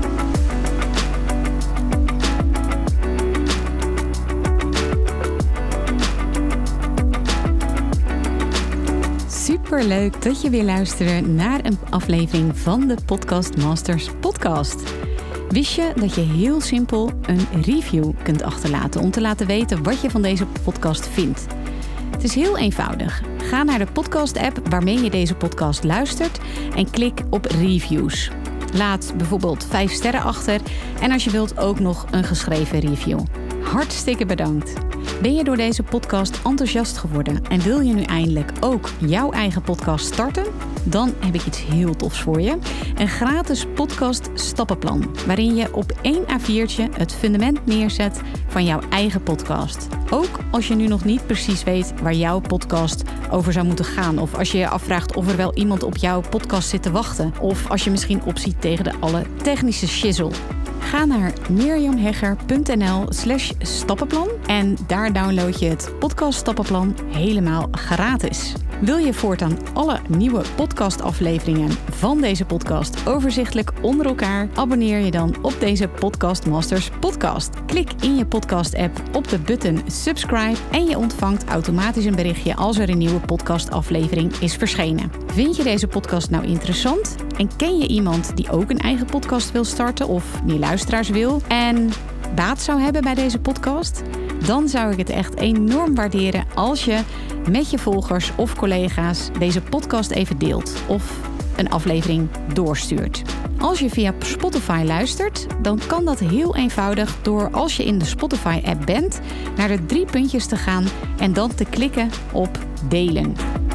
Superleuk dat je weer luistert naar een aflevering van de Podcast Masters podcast. Wist je dat je heel simpel een review kunt achterlaten om te laten weten wat je van deze podcast vindt? Het is heel eenvoudig. Ga naar de podcast-app waarmee je deze podcast luistert en klik op reviews. Laat bijvoorbeeld vijf sterren achter en als je wilt ook nog een geschreven review. Hartstikke bedankt. Ben je door deze podcast enthousiast geworden en wil je nu eindelijk ook jouw eigen podcast starten? Dan heb ik iets heel tofs voor je. Een gratis podcast stappenplan, waarin je op één A viertje het fundament neerzet van jouw eigen podcast. Ook als je nu nog niet precies weet waar jouw podcast over zou moeten gaan. Of als je je afvraagt of er wel iemand op jouw podcast zit te wachten. Of als je misschien opziet tegen de alle technische shizzle. Ga naar mirjamhegger.nl slash stappenplan en daar download je het podcast stappenplan helemaal gratis. Wil je voortaan alle nieuwe podcastafleveringen van deze podcast overzichtelijk onder elkaar? Abonneer je dan op deze Podcast Masters podcast. Klik in je podcast app op de button subscribe en je ontvangt automatisch een berichtje als er een nieuwe podcastaflevering is verschenen. Vind je deze podcast nou interessant? En ken je iemand die ook een eigen podcast wil starten of meer luisteraars wil en baat zou hebben bij deze podcast? Dan zou ik het echt enorm waarderen als je met je volgers of collega's deze podcast even deelt of een aflevering doorstuurt. Als je via Spotify luistert, dan kan dat heel eenvoudig door als je in de Spotify-app bent naar de drie puntjes te gaan en dan te klikken op delen.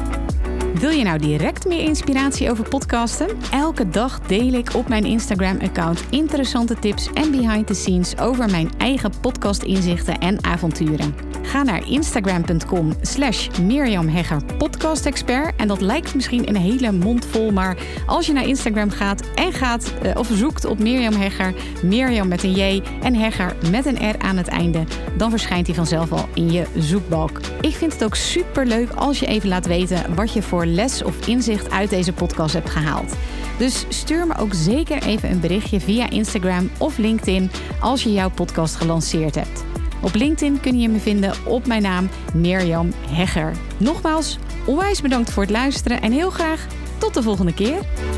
Wil je nou direct meer inspiratie over podcasten? Elke dag deel ik op mijn Instagram-account interessante tips en behind the scenes over mijn eigen podcast-inzichten en avonturen. Ga naar instagram.com slash Mirjam Hegger podcastexpert. En dat lijkt misschien een hele mond vol, maar als je naar Instagram gaat en gaat uh, of zoekt op Mirjam Hegger, Mirjam met een J en Hegger met een R aan het einde, dan verschijnt hij vanzelf al in je zoekbalk. Ik vind het ook superleuk als je even laat weten wat je voor les of inzicht uit deze podcast hebt gehaald. Dus stuur me ook zeker even een berichtje via Instagram of LinkedIn als je jouw podcast gelanceerd hebt. Op LinkedIn kun je me vinden op mijn naam Mirjam Hegger. Nogmaals, onwijs bedankt voor het luisteren en heel graag tot de volgende keer.